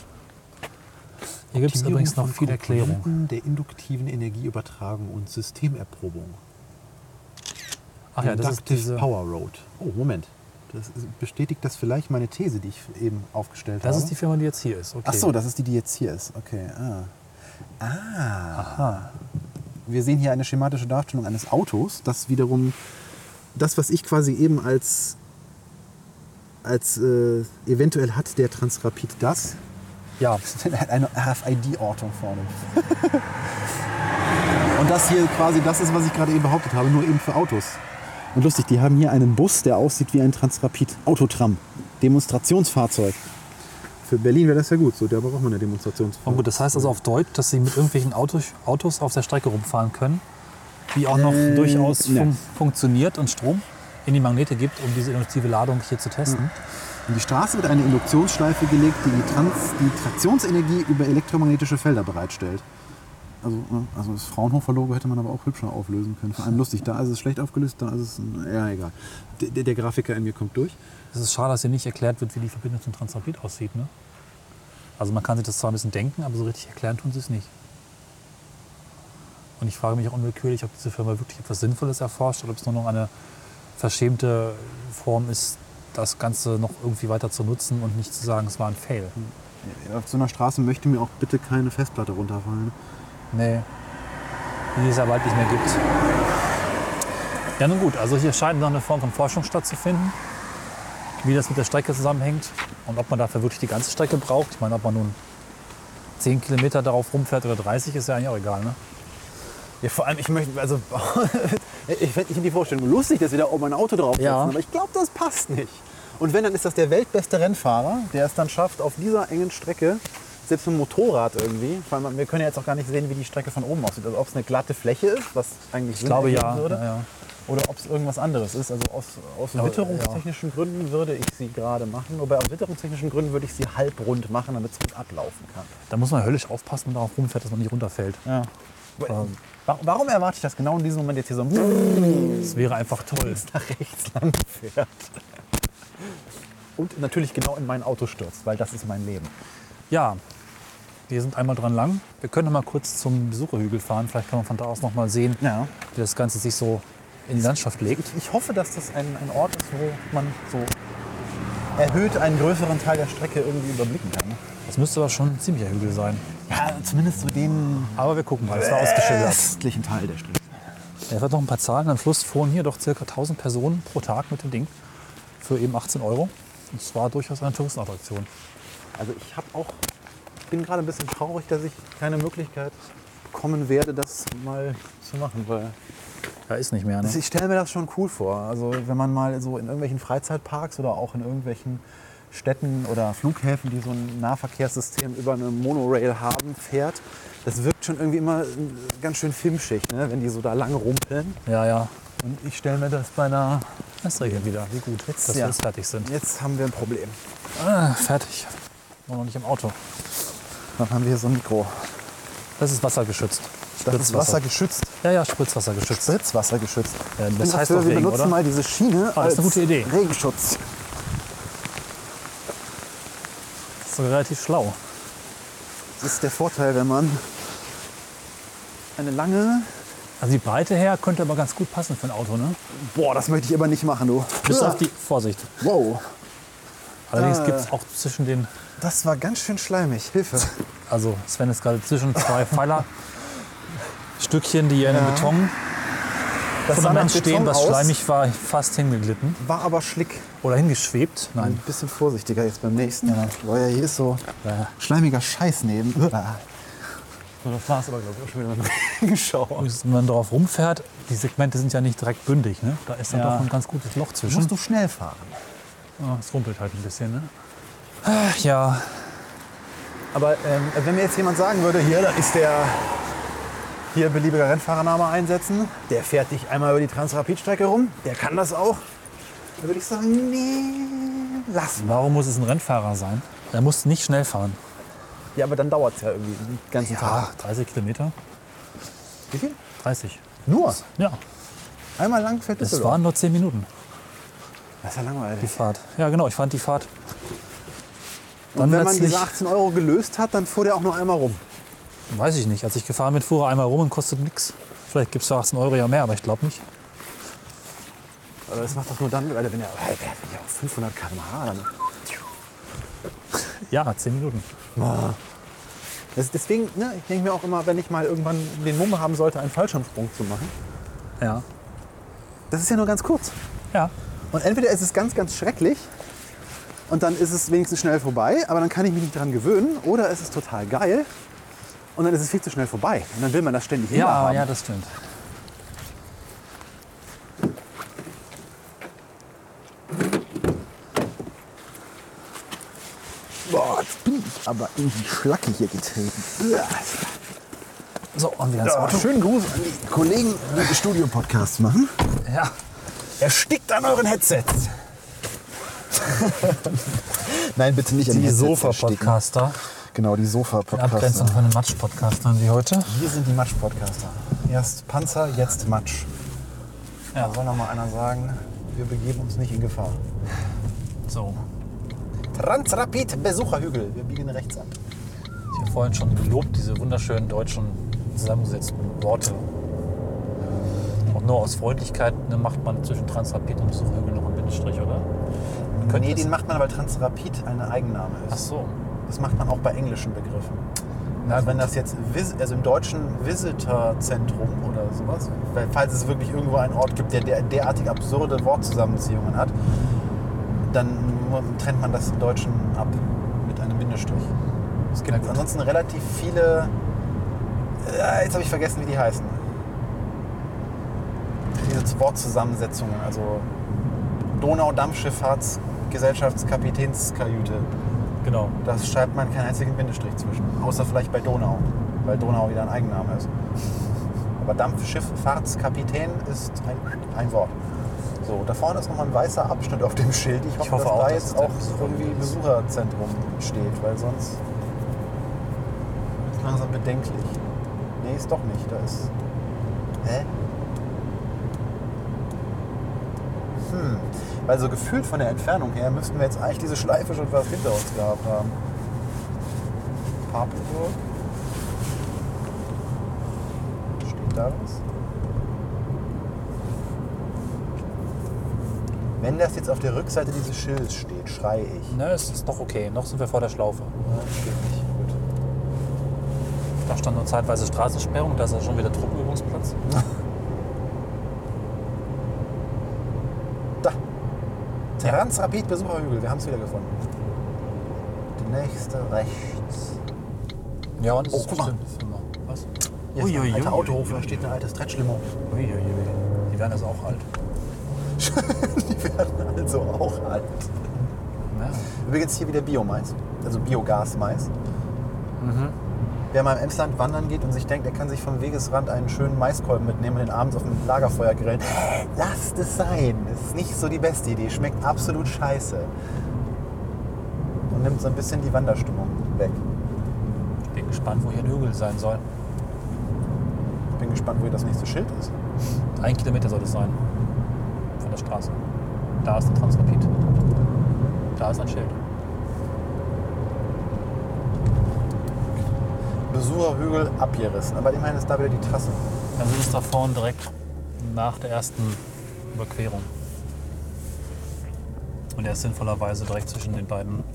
Hier gibt es übrigens noch viel Erklärung. Der induktiven Energieübertragung und Systemerprobung. Ach ja, das ist Inductive diese, Power Road. Oh, Moment. Bestätigt das vielleicht meine These, die ich eben aufgestellt das habe? ist die Firma, die jetzt hier ist. Okay. Ach so, das ist die, die jetzt hier ist. Okay. Aha. Wir sehen hier eine schematische Darstellung eines Autos, das wiederum das, was ich quasi eben als eventuell hat der Transrapid das. Ja, Er hat eine RFID-Ortung vorne. Und das hier quasi das ist, was ich gerade eben behauptet habe, nur eben für Autos. Und lustig, die haben hier einen Bus, der aussieht wie ein Transrapid. Autotram. Demonstrationsfahrzeug. Für Berlin wäre das ja gut. So, da braucht man eine Demonstrationsfahrzeug. oh gut, das heißt also auf Deutsch, dass sie mit irgendwelchen Autos auf der Strecke rumfahren können, die auch noch durchaus ja. funktioniert und Strom in die Magnete gibt, um diese induktive Ladung hier zu testen. In die Straße wird eine Induktionsschleife gelegt, die die Traktionsenergie über elektromagnetische Felder bereitstellt. Also das Fraunhofer-Logo hätte man aber auch hübscher auflösen können. Vor allem lustig, da ist es schlecht aufgelöst, da ist es... Ja, egal. Der Grafiker in mir kommt durch. Es ist schade, dass hier nicht erklärt wird, wie die Verbindung zum Transrapid aussieht. Ne? Also man kann sich das zwar ein bisschen denken, aber so richtig erklären tun sie es nicht. Und ich frage mich auch unwillkürlich, ob diese Firma wirklich etwas Sinnvolles erforscht oder ob es nur noch eine verschämte Form ist, das Ganze noch irgendwie weiter zu nutzen und nicht zu sagen, es war ein Fail. Auf so einer Straße möchte mir auch bitte keine Festplatte runterfallen. Nee, die es ja bald nicht mehr gibt. Ja nun gut, also hier scheint noch eine Form von Forschung stattzufinden, wie das mit der Strecke zusammenhängt und ob man dafür wirklich die ganze Strecke braucht. Ich meine, ob man nun 10 Kilometer darauf rumfährt oder 30, ist ja eigentlich auch egal, ne? Ja, vor allem, ich möchte, also, ich finde die Vorstellung lustig, dass wir da oben ein Auto draufsetzen, Ja. aber ich glaube, das passt nicht. Und wenn, dann ist das der weltbeste Rennfahrer, der es dann schafft, auf dieser engen Strecke, selbst mit dem Motorrad irgendwie, vor allem, wir können ja jetzt auch gar nicht sehen, wie die Strecke von oben aussieht, also ob es eine glatte Fläche ist, was eigentlich Ich glaube ja. würde, Ja. oder ob es irgendwas anderes ist. Also aus witterungstechnischen Gründen würde ich sie gerade machen, wobei aus witterungstechnischen Gründen würde ich sie halbrund machen, damit es gut ablaufen kann. Da muss man höllisch aufpassen, wenn man darauf rumfährt, dass man nicht runterfällt. Ja. Warum erwarte ich das genau in diesem Moment jetzt hier so Das wäre einfach toll. nach rechts lang fährt? Und natürlich genau in mein Auto stürzt, weil das ist mein Leben. Ja, wir sind einmal dran lang. Wir können noch mal kurz zum Besucherhügel fahren. Vielleicht kann man von da aus noch mal sehen, Ja. wie das Ganze sich so in die Landschaft legt. Ich hoffe, dass das ein Ort ist, wo man so erhöht einen größeren Teil der Strecke irgendwie überblicken kann. Das müsste aber schon ein ziemlicher Hügel sein. Ja, zumindest so den Aber wir gucken mal, das war ausgeschildert. westlichen Teil der Strecke. Er hat noch ein paar Zahlen. Am Schluss fuhren hier doch ca. 1000 Personen pro Tag mit dem Ding für eben 18 €. Das war durchaus eine Touristenattraktion. Also ich bin gerade ein bisschen traurig, dass ich keine Möglichkeit bekommen werde, das mal zu machen, weil Ja, ist nicht mehr, ne? ich stelle mir das schon cool vor. Also wenn man mal so in irgendwelchen Freizeitparks oder auch in irgendwelchen Städten oder Flughäfen, die so ein Nahverkehrssystem über eine Monorail haben, fährt, das wirkt schon irgendwie immer ganz schön filmschig, ne? Wenn die so da lang rumpeln. Ja, ja. Und ich stelle mir das bei einer... Das regelt wieder. Wie gut, dass wir ja. jetzt fertig sind. Jetzt haben wir ein Problem. Fertig. Noch nicht im Auto. Dann haben wir hier so ein Mikro. Das ist wassergeschützt. Das ist wassergeschützt. Ja, Spritzwassergeschützt. Spritzwassergeschützt. Ja, Ich das bin heißt dafür, doch wir wegen, benutzen oder? mal diese Schiene Ah, das ist eine gute Idee. Regenschutz. Das ist sogar relativ schlau. Das ist der Vorteil, wenn man eine lange... Also die Breite her könnte aber ganz gut passen für ein Auto, ne? Boah, das möchte ich aber nicht machen, du. Bis auf die Vorsicht. Wow, Allerdings gibt es auch zwischen den, das war ganz schön schleimig. Hilfe. also Sven ist gerade zwischen zwei Pfeilerstückchen, die in dem Beton Das sah nach Fundament stehen, Beton was aus, schleimig war, fast hingeglitten war aber schlick. oder hingeschwebt. Ein Nein. bisschen vorsichtiger jetzt beim nächsten. Boah, ja, hier ist so Ja. schleimiger Scheiß neben. So, das war es aber, glaube ich, auch schon wieder mit Regenschauer. Wenn man drauf rumfährt, die Segmente sind ja nicht direkt bündig, ne? Da ist dann Ja. doch ein ganz gutes Loch zwischen. Musst du schnell fahren. Ja, es rumpelt halt ein bisschen, ne? Ach, ja, Aber wenn mir jetzt jemand sagen würde, hier, da ist der hier beliebiger Rennfahrername einsetzen, der fährt dich einmal über die Transrapid-Strecke rum, der kann das auch, dann würde ich sagen, nee, lass mal. warum muss es ein Rennfahrer sein? Er muss nicht schnell fahren. Ja, aber dann dauert es ja irgendwie den ganzen Tag. 30 Kilometer? Wie viel? 30. Nur? Ja, Einmal lang fährt es Düsseldorf. waren nur 10 Minuten, Das ist ja die langweilig. Fahrt. Ja, genau, ich fand die Fahrt. Und wenn man letztlich- diese 18 € gelöst hat, dann fuhr der auch nur einmal rum. Weiß ich nicht. Als ich gefahren bin, fuhr er einmal rum und kostet nichts. Vielleicht gibt es für 18 € ja mehr, aber ich glaube nicht. Aber das macht doch nur dann, wenn er auf 500 km/h dann. Ja, 10 Minuten. Deswegen, ne, ich denke mir auch immer, wenn ich mal irgendwann den Mumm haben sollte, einen Fallschirmsprung zu machen, Ja. das ist ja nur ganz kurz. Ja. Und entweder ist es ganz, ganz schrecklich und dann ist es wenigstens schnell vorbei, aber dann kann ich mich nicht dran gewöhnen, oder es ist total geil und dann ist es viel zu schnell vorbei. Und dann will man das ständig immer Ja, haben. ja, das stimmt. Boah, jetzt bin ich aber in die Schlacke hier getreten. So, und wieder ins Ja, Auto. schönen Gruß an die Kollegen, die Studio-Podcasts machen. Ja. Erstickt an euren Headsets. Nein, bitte nicht an Die Headsets ersticken. Sofa-Podcaster. Genau, die In Sofa-Podcaster. Abgrenzung von den Matsch-Podcastern wie heute. Wir sind die Matsch-Podcaster. Erst Panzer, jetzt Matsch. Ja. Da soll noch mal einer sagen, wir begeben uns nicht in Gefahr. So. Transrapid Besucherhügel. Wir biegen rechts ab. Ich habe vorhin schon gelobt, diese wunderschönen deutschen zusammengesetzten Worte. Auch nur aus Freundlichkeit ne, macht man zwischen Transrapid und Besucherhügel noch einen Bindestrich, oder? Könnte Nee, es- den macht man, weil Transrapid eine Eigenname Ach ist. so. Das macht man auch bei englischen Begriffen. Na Also wenn gut. das jetzt, also im deutschen Visitorzentrum oder sowas, weil falls es wirklich irgendwo einen Ort gibt, der derartig absurde Wortzusammenziehungen hat, dann trennt man das im Deutschen ab mit einem Bindestrich. Es Na gibt gut. ansonsten relativ viele, jetzt habe ich vergessen, wie die heißen. Diese Wortzusammensetzungen, also Donau-Dampfschifffahrtsgesellschaftskapitänskajüte. Genau. Da schreibt man keinen einzigen Bindestrich zwischen. Außer vielleicht bei Donau, weil Donau wieder ein Eigenname ist. Aber Dampfschifffahrtskapitän ist ein Wort. So, da vorne ist nochmal ein weißer Abschnitt auf dem Schild. Ich hoffe, hoffe dass auch, da dass jetzt es der auch irgendwie Besucherzentrum steht, weil sonst ist es langsam bedenklich. Nee, ist doch nicht. Da ist. Hä? Weil so gefühlt von der Entfernung her müssten wir jetzt eigentlich diese Schleife schon fast hinter uns gehabt haben. Papenburg. Steht da was? Wenn das jetzt auf der Rückseite dieses Schildes steht, schreie ich. Ne, es ist doch okay. Noch sind wir vor der Schlaufe. Ja, steht nicht. Gut. Da stand nur zeitweise Straßensperrung. Da ist ja schon wieder Truppenübungsplatz. Da. Transrapid Besucherhügel. Wir haben es wieder gefunden. Die nächste rechts. Ja, und es Oh, ist guck mal. bestimmt. Was? Hier ist Uiuiui. ein alter Autohof, da steht eine alte Stretch-Limo. Uiuiui. Die werden also auch alt. Die werden also auch alt. Ja. Übrigens hier wieder Biomais, also Biogas-Mais. Wer mal im Emsland wandern geht und sich denkt, er kann sich vom Wegesrand einen schönen Maiskolben mitnehmen und den abends auf dem Lagerfeuer grillen, lasst es sein. Das ist nicht so die beste Idee. Schmeckt absolut scheiße. Und nimmt so ein bisschen die Wanderstimmung weg. Bin gespannt, wo hier ein Hügel sein soll. Bin gespannt, wo hier das nächste Schild ist. 1 Kilometer soll es sein. Von der Straße. Da ist ein Transrapid. Da ist ein Schild. Besucherhügel abgerissen. Aber immerhin ist da wieder die Trasse. Dann sind es da vorne direkt nach der ersten Überquerung. Und er ist sinnvollerweise direkt zwischen den beiden.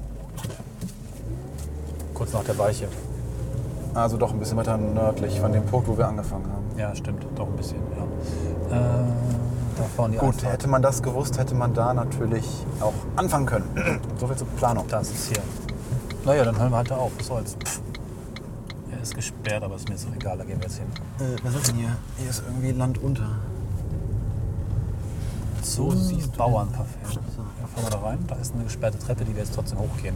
Kurz nach der Weiche. Also doch ein bisschen weiter nördlich von dem Punkt, wo wir angefangen haben. Ja, stimmt. Doch ein bisschen, ja. Da vorne die Gut, Einfahrt. hätte man das gewusst, hätte man da natürlich auch anfangen können. So viel zur Planung. Das ist hier. Naja, dann hören wir halt da auf. Was soll's. Pff. Er ist gesperrt, aber ist mir jetzt auch egal. Da gehen wir jetzt hin. Was ist denn hier? Hier ist irgendwie Land unter. So siehst du Bauerncafé. Ja, fahren wir da rein. Da ist eine gesperrte Treppe, die wir jetzt trotzdem hochgehen.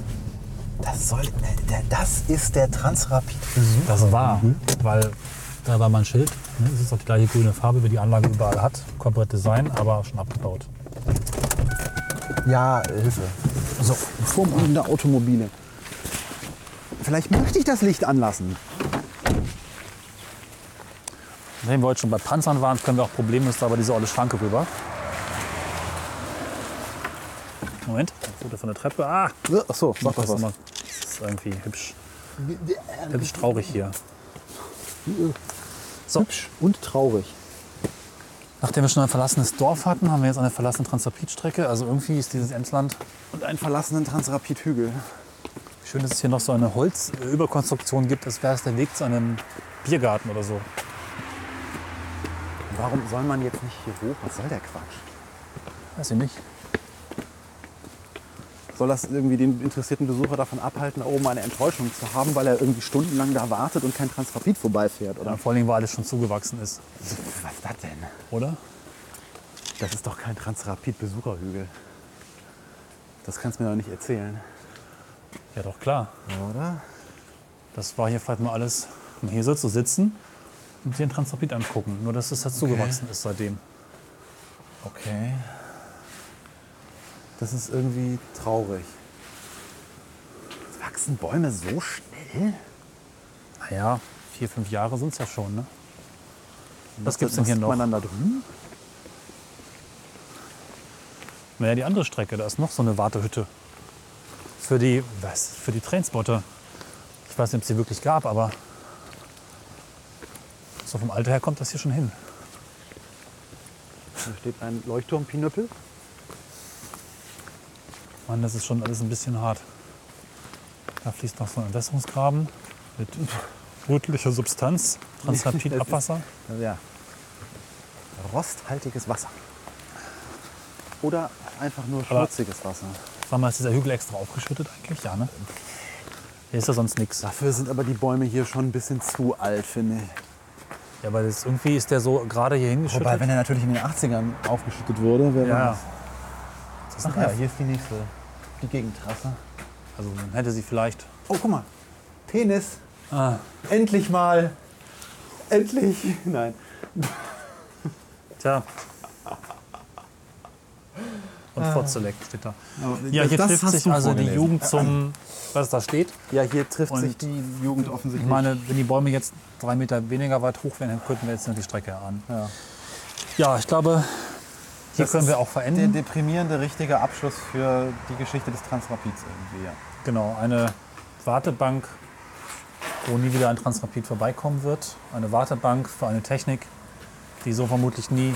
Das ist der Transrapid-Besuch. Das war, weil da war mal ein Schild. Ne? Es ist auch die gleiche grüne Farbe, wie die Anlage überall hat. Komplett Design, aber schon abgebaut. Ja, Hilfe. So, vormaliegende Automobile. Vielleicht möchte ich das Licht anlassen. Wenn wir heute schon bei Panzern waren, können wir auch problemlos da über diese olle Schranke rüber. Moment, ein Foto von der Treppe. Ah! Achso, sag doch was. Das ist irgendwie hübsch. Hübsch traurig hier. So. Hübsch und traurig. Nachdem wir schon ein verlassenes Dorf hatten, haben wir jetzt eine verlassene Transrapid-Strecke. Also irgendwie ist dieses Emsland. Und einen verlassenen Transrapid-Hügel. Schön, dass es hier noch so eine Holzüberkonstruktion gibt, als wäre es der Weg zu einem Biergarten oder so. Warum soll man jetzt nicht hier hoch? Was soll der Quatsch? Weiß ich nicht. Soll das irgendwie den interessierten Besucher davon abhalten, da oben eine Enttäuschung zu haben, weil er irgendwie stundenlang da wartet und kein Transrapid vorbeifährt? Oder? Ja, vor allem, weil alles schon zugewachsen ist. Was ist das denn? Oder? Das ist doch kein Transrapid-Besucherhügel. Das kannst du mir doch nicht erzählen. Ja, doch, klar. Oder? Das war hier vielleicht mal alles, um hier so zu sitzen und sich den Transrapid angucken. Nur, dass es halt zugewachsen ist seitdem. Okay. Das ist irgendwie traurig. Wachsen Bäume so schnell? Naja, 4, 5 Jahre sind es ja schon, ne? Was gibt's denn hier sieht noch? man dann da drüben? Naja, die andere Strecke, da ist noch so eine Wartehütte. Für die Trainspotter. Ich weiß nicht, ob es die wirklich gab, aber so vom Alter her kommt das hier schon hin. Da steht ein Leuchtturmpinöppel. Mann, das ist schon alles ein bisschen hart. Da fließt noch so ein Entwässerungsgraben mit rötlicher Substanz, Transrapid-Abwasser. Ja. Rosthaltiges Wasser. Oder einfach nur schmutziges Wasser. Sag mal, ist dieser Hügel extra aufgeschüttet eigentlich? Ja, ne? Hier ist ja sonst nichts. Dafür sind aber die Bäume hier schon ein bisschen zu alt, finde ich. Ja, weil irgendwie ist der so gerade hier hingeschüttet. Wobei, wenn er natürlich in den 80ern aufgeschüttet wurde, wäre ja. das. Das ist Ach ein ja, F. hier ist die nächste. Die Gegentrasse. Also man hätte sie vielleicht. Oh, guck mal. Penis. Ah, Endlich mal. Endlich. Nein. tja. und Vorzeleck steht da. Ja, das hier trifft hast sich du also die vorgelesen. Jugend zum, was da steht. Ja, hier trifft Und sich die Jugend offensichtlich. Ich meine, wenn die Bäume jetzt 3 Meter weniger weit hoch wären, dann könnten wir jetzt noch die Strecke ahnen. Ja, ich glaube, hier das können wir ist auch der verenden. deprimierende richtige Abschluss für die Geschichte des Transrapids irgendwie. Ja. Genau, eine Wartebank, wo nie wieder ein Transrapid vorbeikommen wird. Eine Wartebank für eine Technik, die so vermutlich nie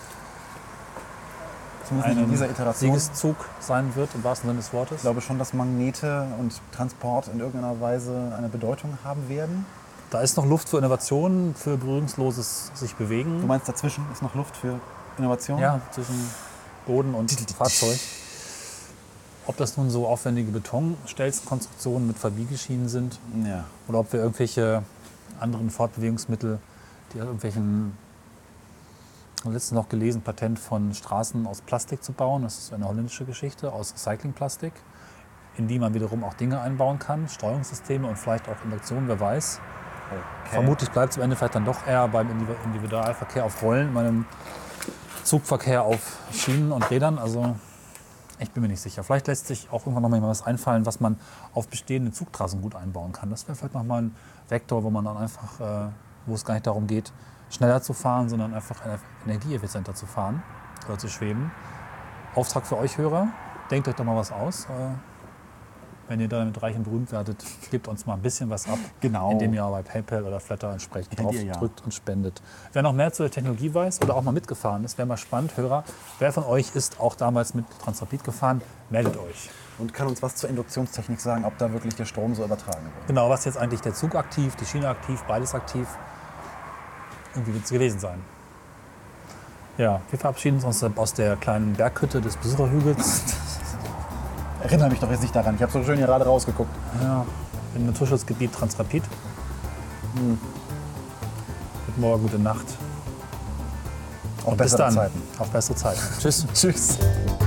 Zumindest nicht in ein dieser Iteration. Siegeszug sein wird, im wahrsten Sinne des Wortes. Ich glaube schon, dass Magnete und Transport in irgendeiner Weise eine Bedeutung haben werden. Da ist noch Luft für Innovationen, für berührungsloses sich bewegen. Du meinst, dazwischen ist noch Luft für Innovation? Ja, zwischen Boden und Fahrzeug. Ob das nun so aufwendige Betonstelzkonstruktionen mit Verbiegeschienen sind Ja. oder ob wir irgendwelche anderen Fortbewegungsmittel, die irgendwelchen, ich habe letztens noch gelesen, Patent von Straßen aus Plastik zu bauen. Das ist eine holländische Geschichte, aus Recyclingplastik, in die man wiederum auch Dinge einbauen kann, Steuerungssysteme und vielleicht auch Induktion, wer weiß. Okay. Vermutlich bleibt es am Ende vielleicht dann doch eher beim Individualverkehr auf Rollen, meinem Zugverkehr auf Schienen und Rädern. Also ich bin mir nicht sicher. Vielleicht lässt sich auch irgendwann noch mal was einfallen, was man auf bestehende Zugtrassen gut einbauen kann. Das wäre vielleicht noch mal ein Vektor, wo man dann einfach, wo es gar nicht darum geht, schneller zu fahren, sondern einfach energieeffizienter zu fahren oder zu schweben. Auftrag für euch Hörer, denkt euch doch mal was aus. Wenn ihr damit reich und berühmt werdet, gebt uns mal ein bisschen was ab, Genau. indem ihr bei PayPal oder Flatter entsprechend Kennt drauf ihr ja. drückt und spendet. Wer noch mehr zu der Technologie weiß oder auch mal mitgefahren ist, wäre mal spannend, Hörer. Wer von euch ist auch damals mit Transrapid gefahren? Meldet euch. Und kann uns was zur Induktionstechnik sagen, ob da wirklich der Strom so übertragen wird? Genau, was jetzt eigentlich der Zug aktiv, die Schiene aktiv, beides aktiv. Irgendwie wird es gewesen sein. Ja, wir verabschieden uns aus der kleinen Berghütte des Besucherhügels. Erinnere mich doch jetzt nicht daran. Ich habe so schön hier gerade rausgeguckt. Ja, im Naturschutzgebiet Transrapid. Guten Morgen, gute Nacht. Auf Und bis bessere dann. Zeiten. Auf bessere Zeiten. Tschüss. Tschüss.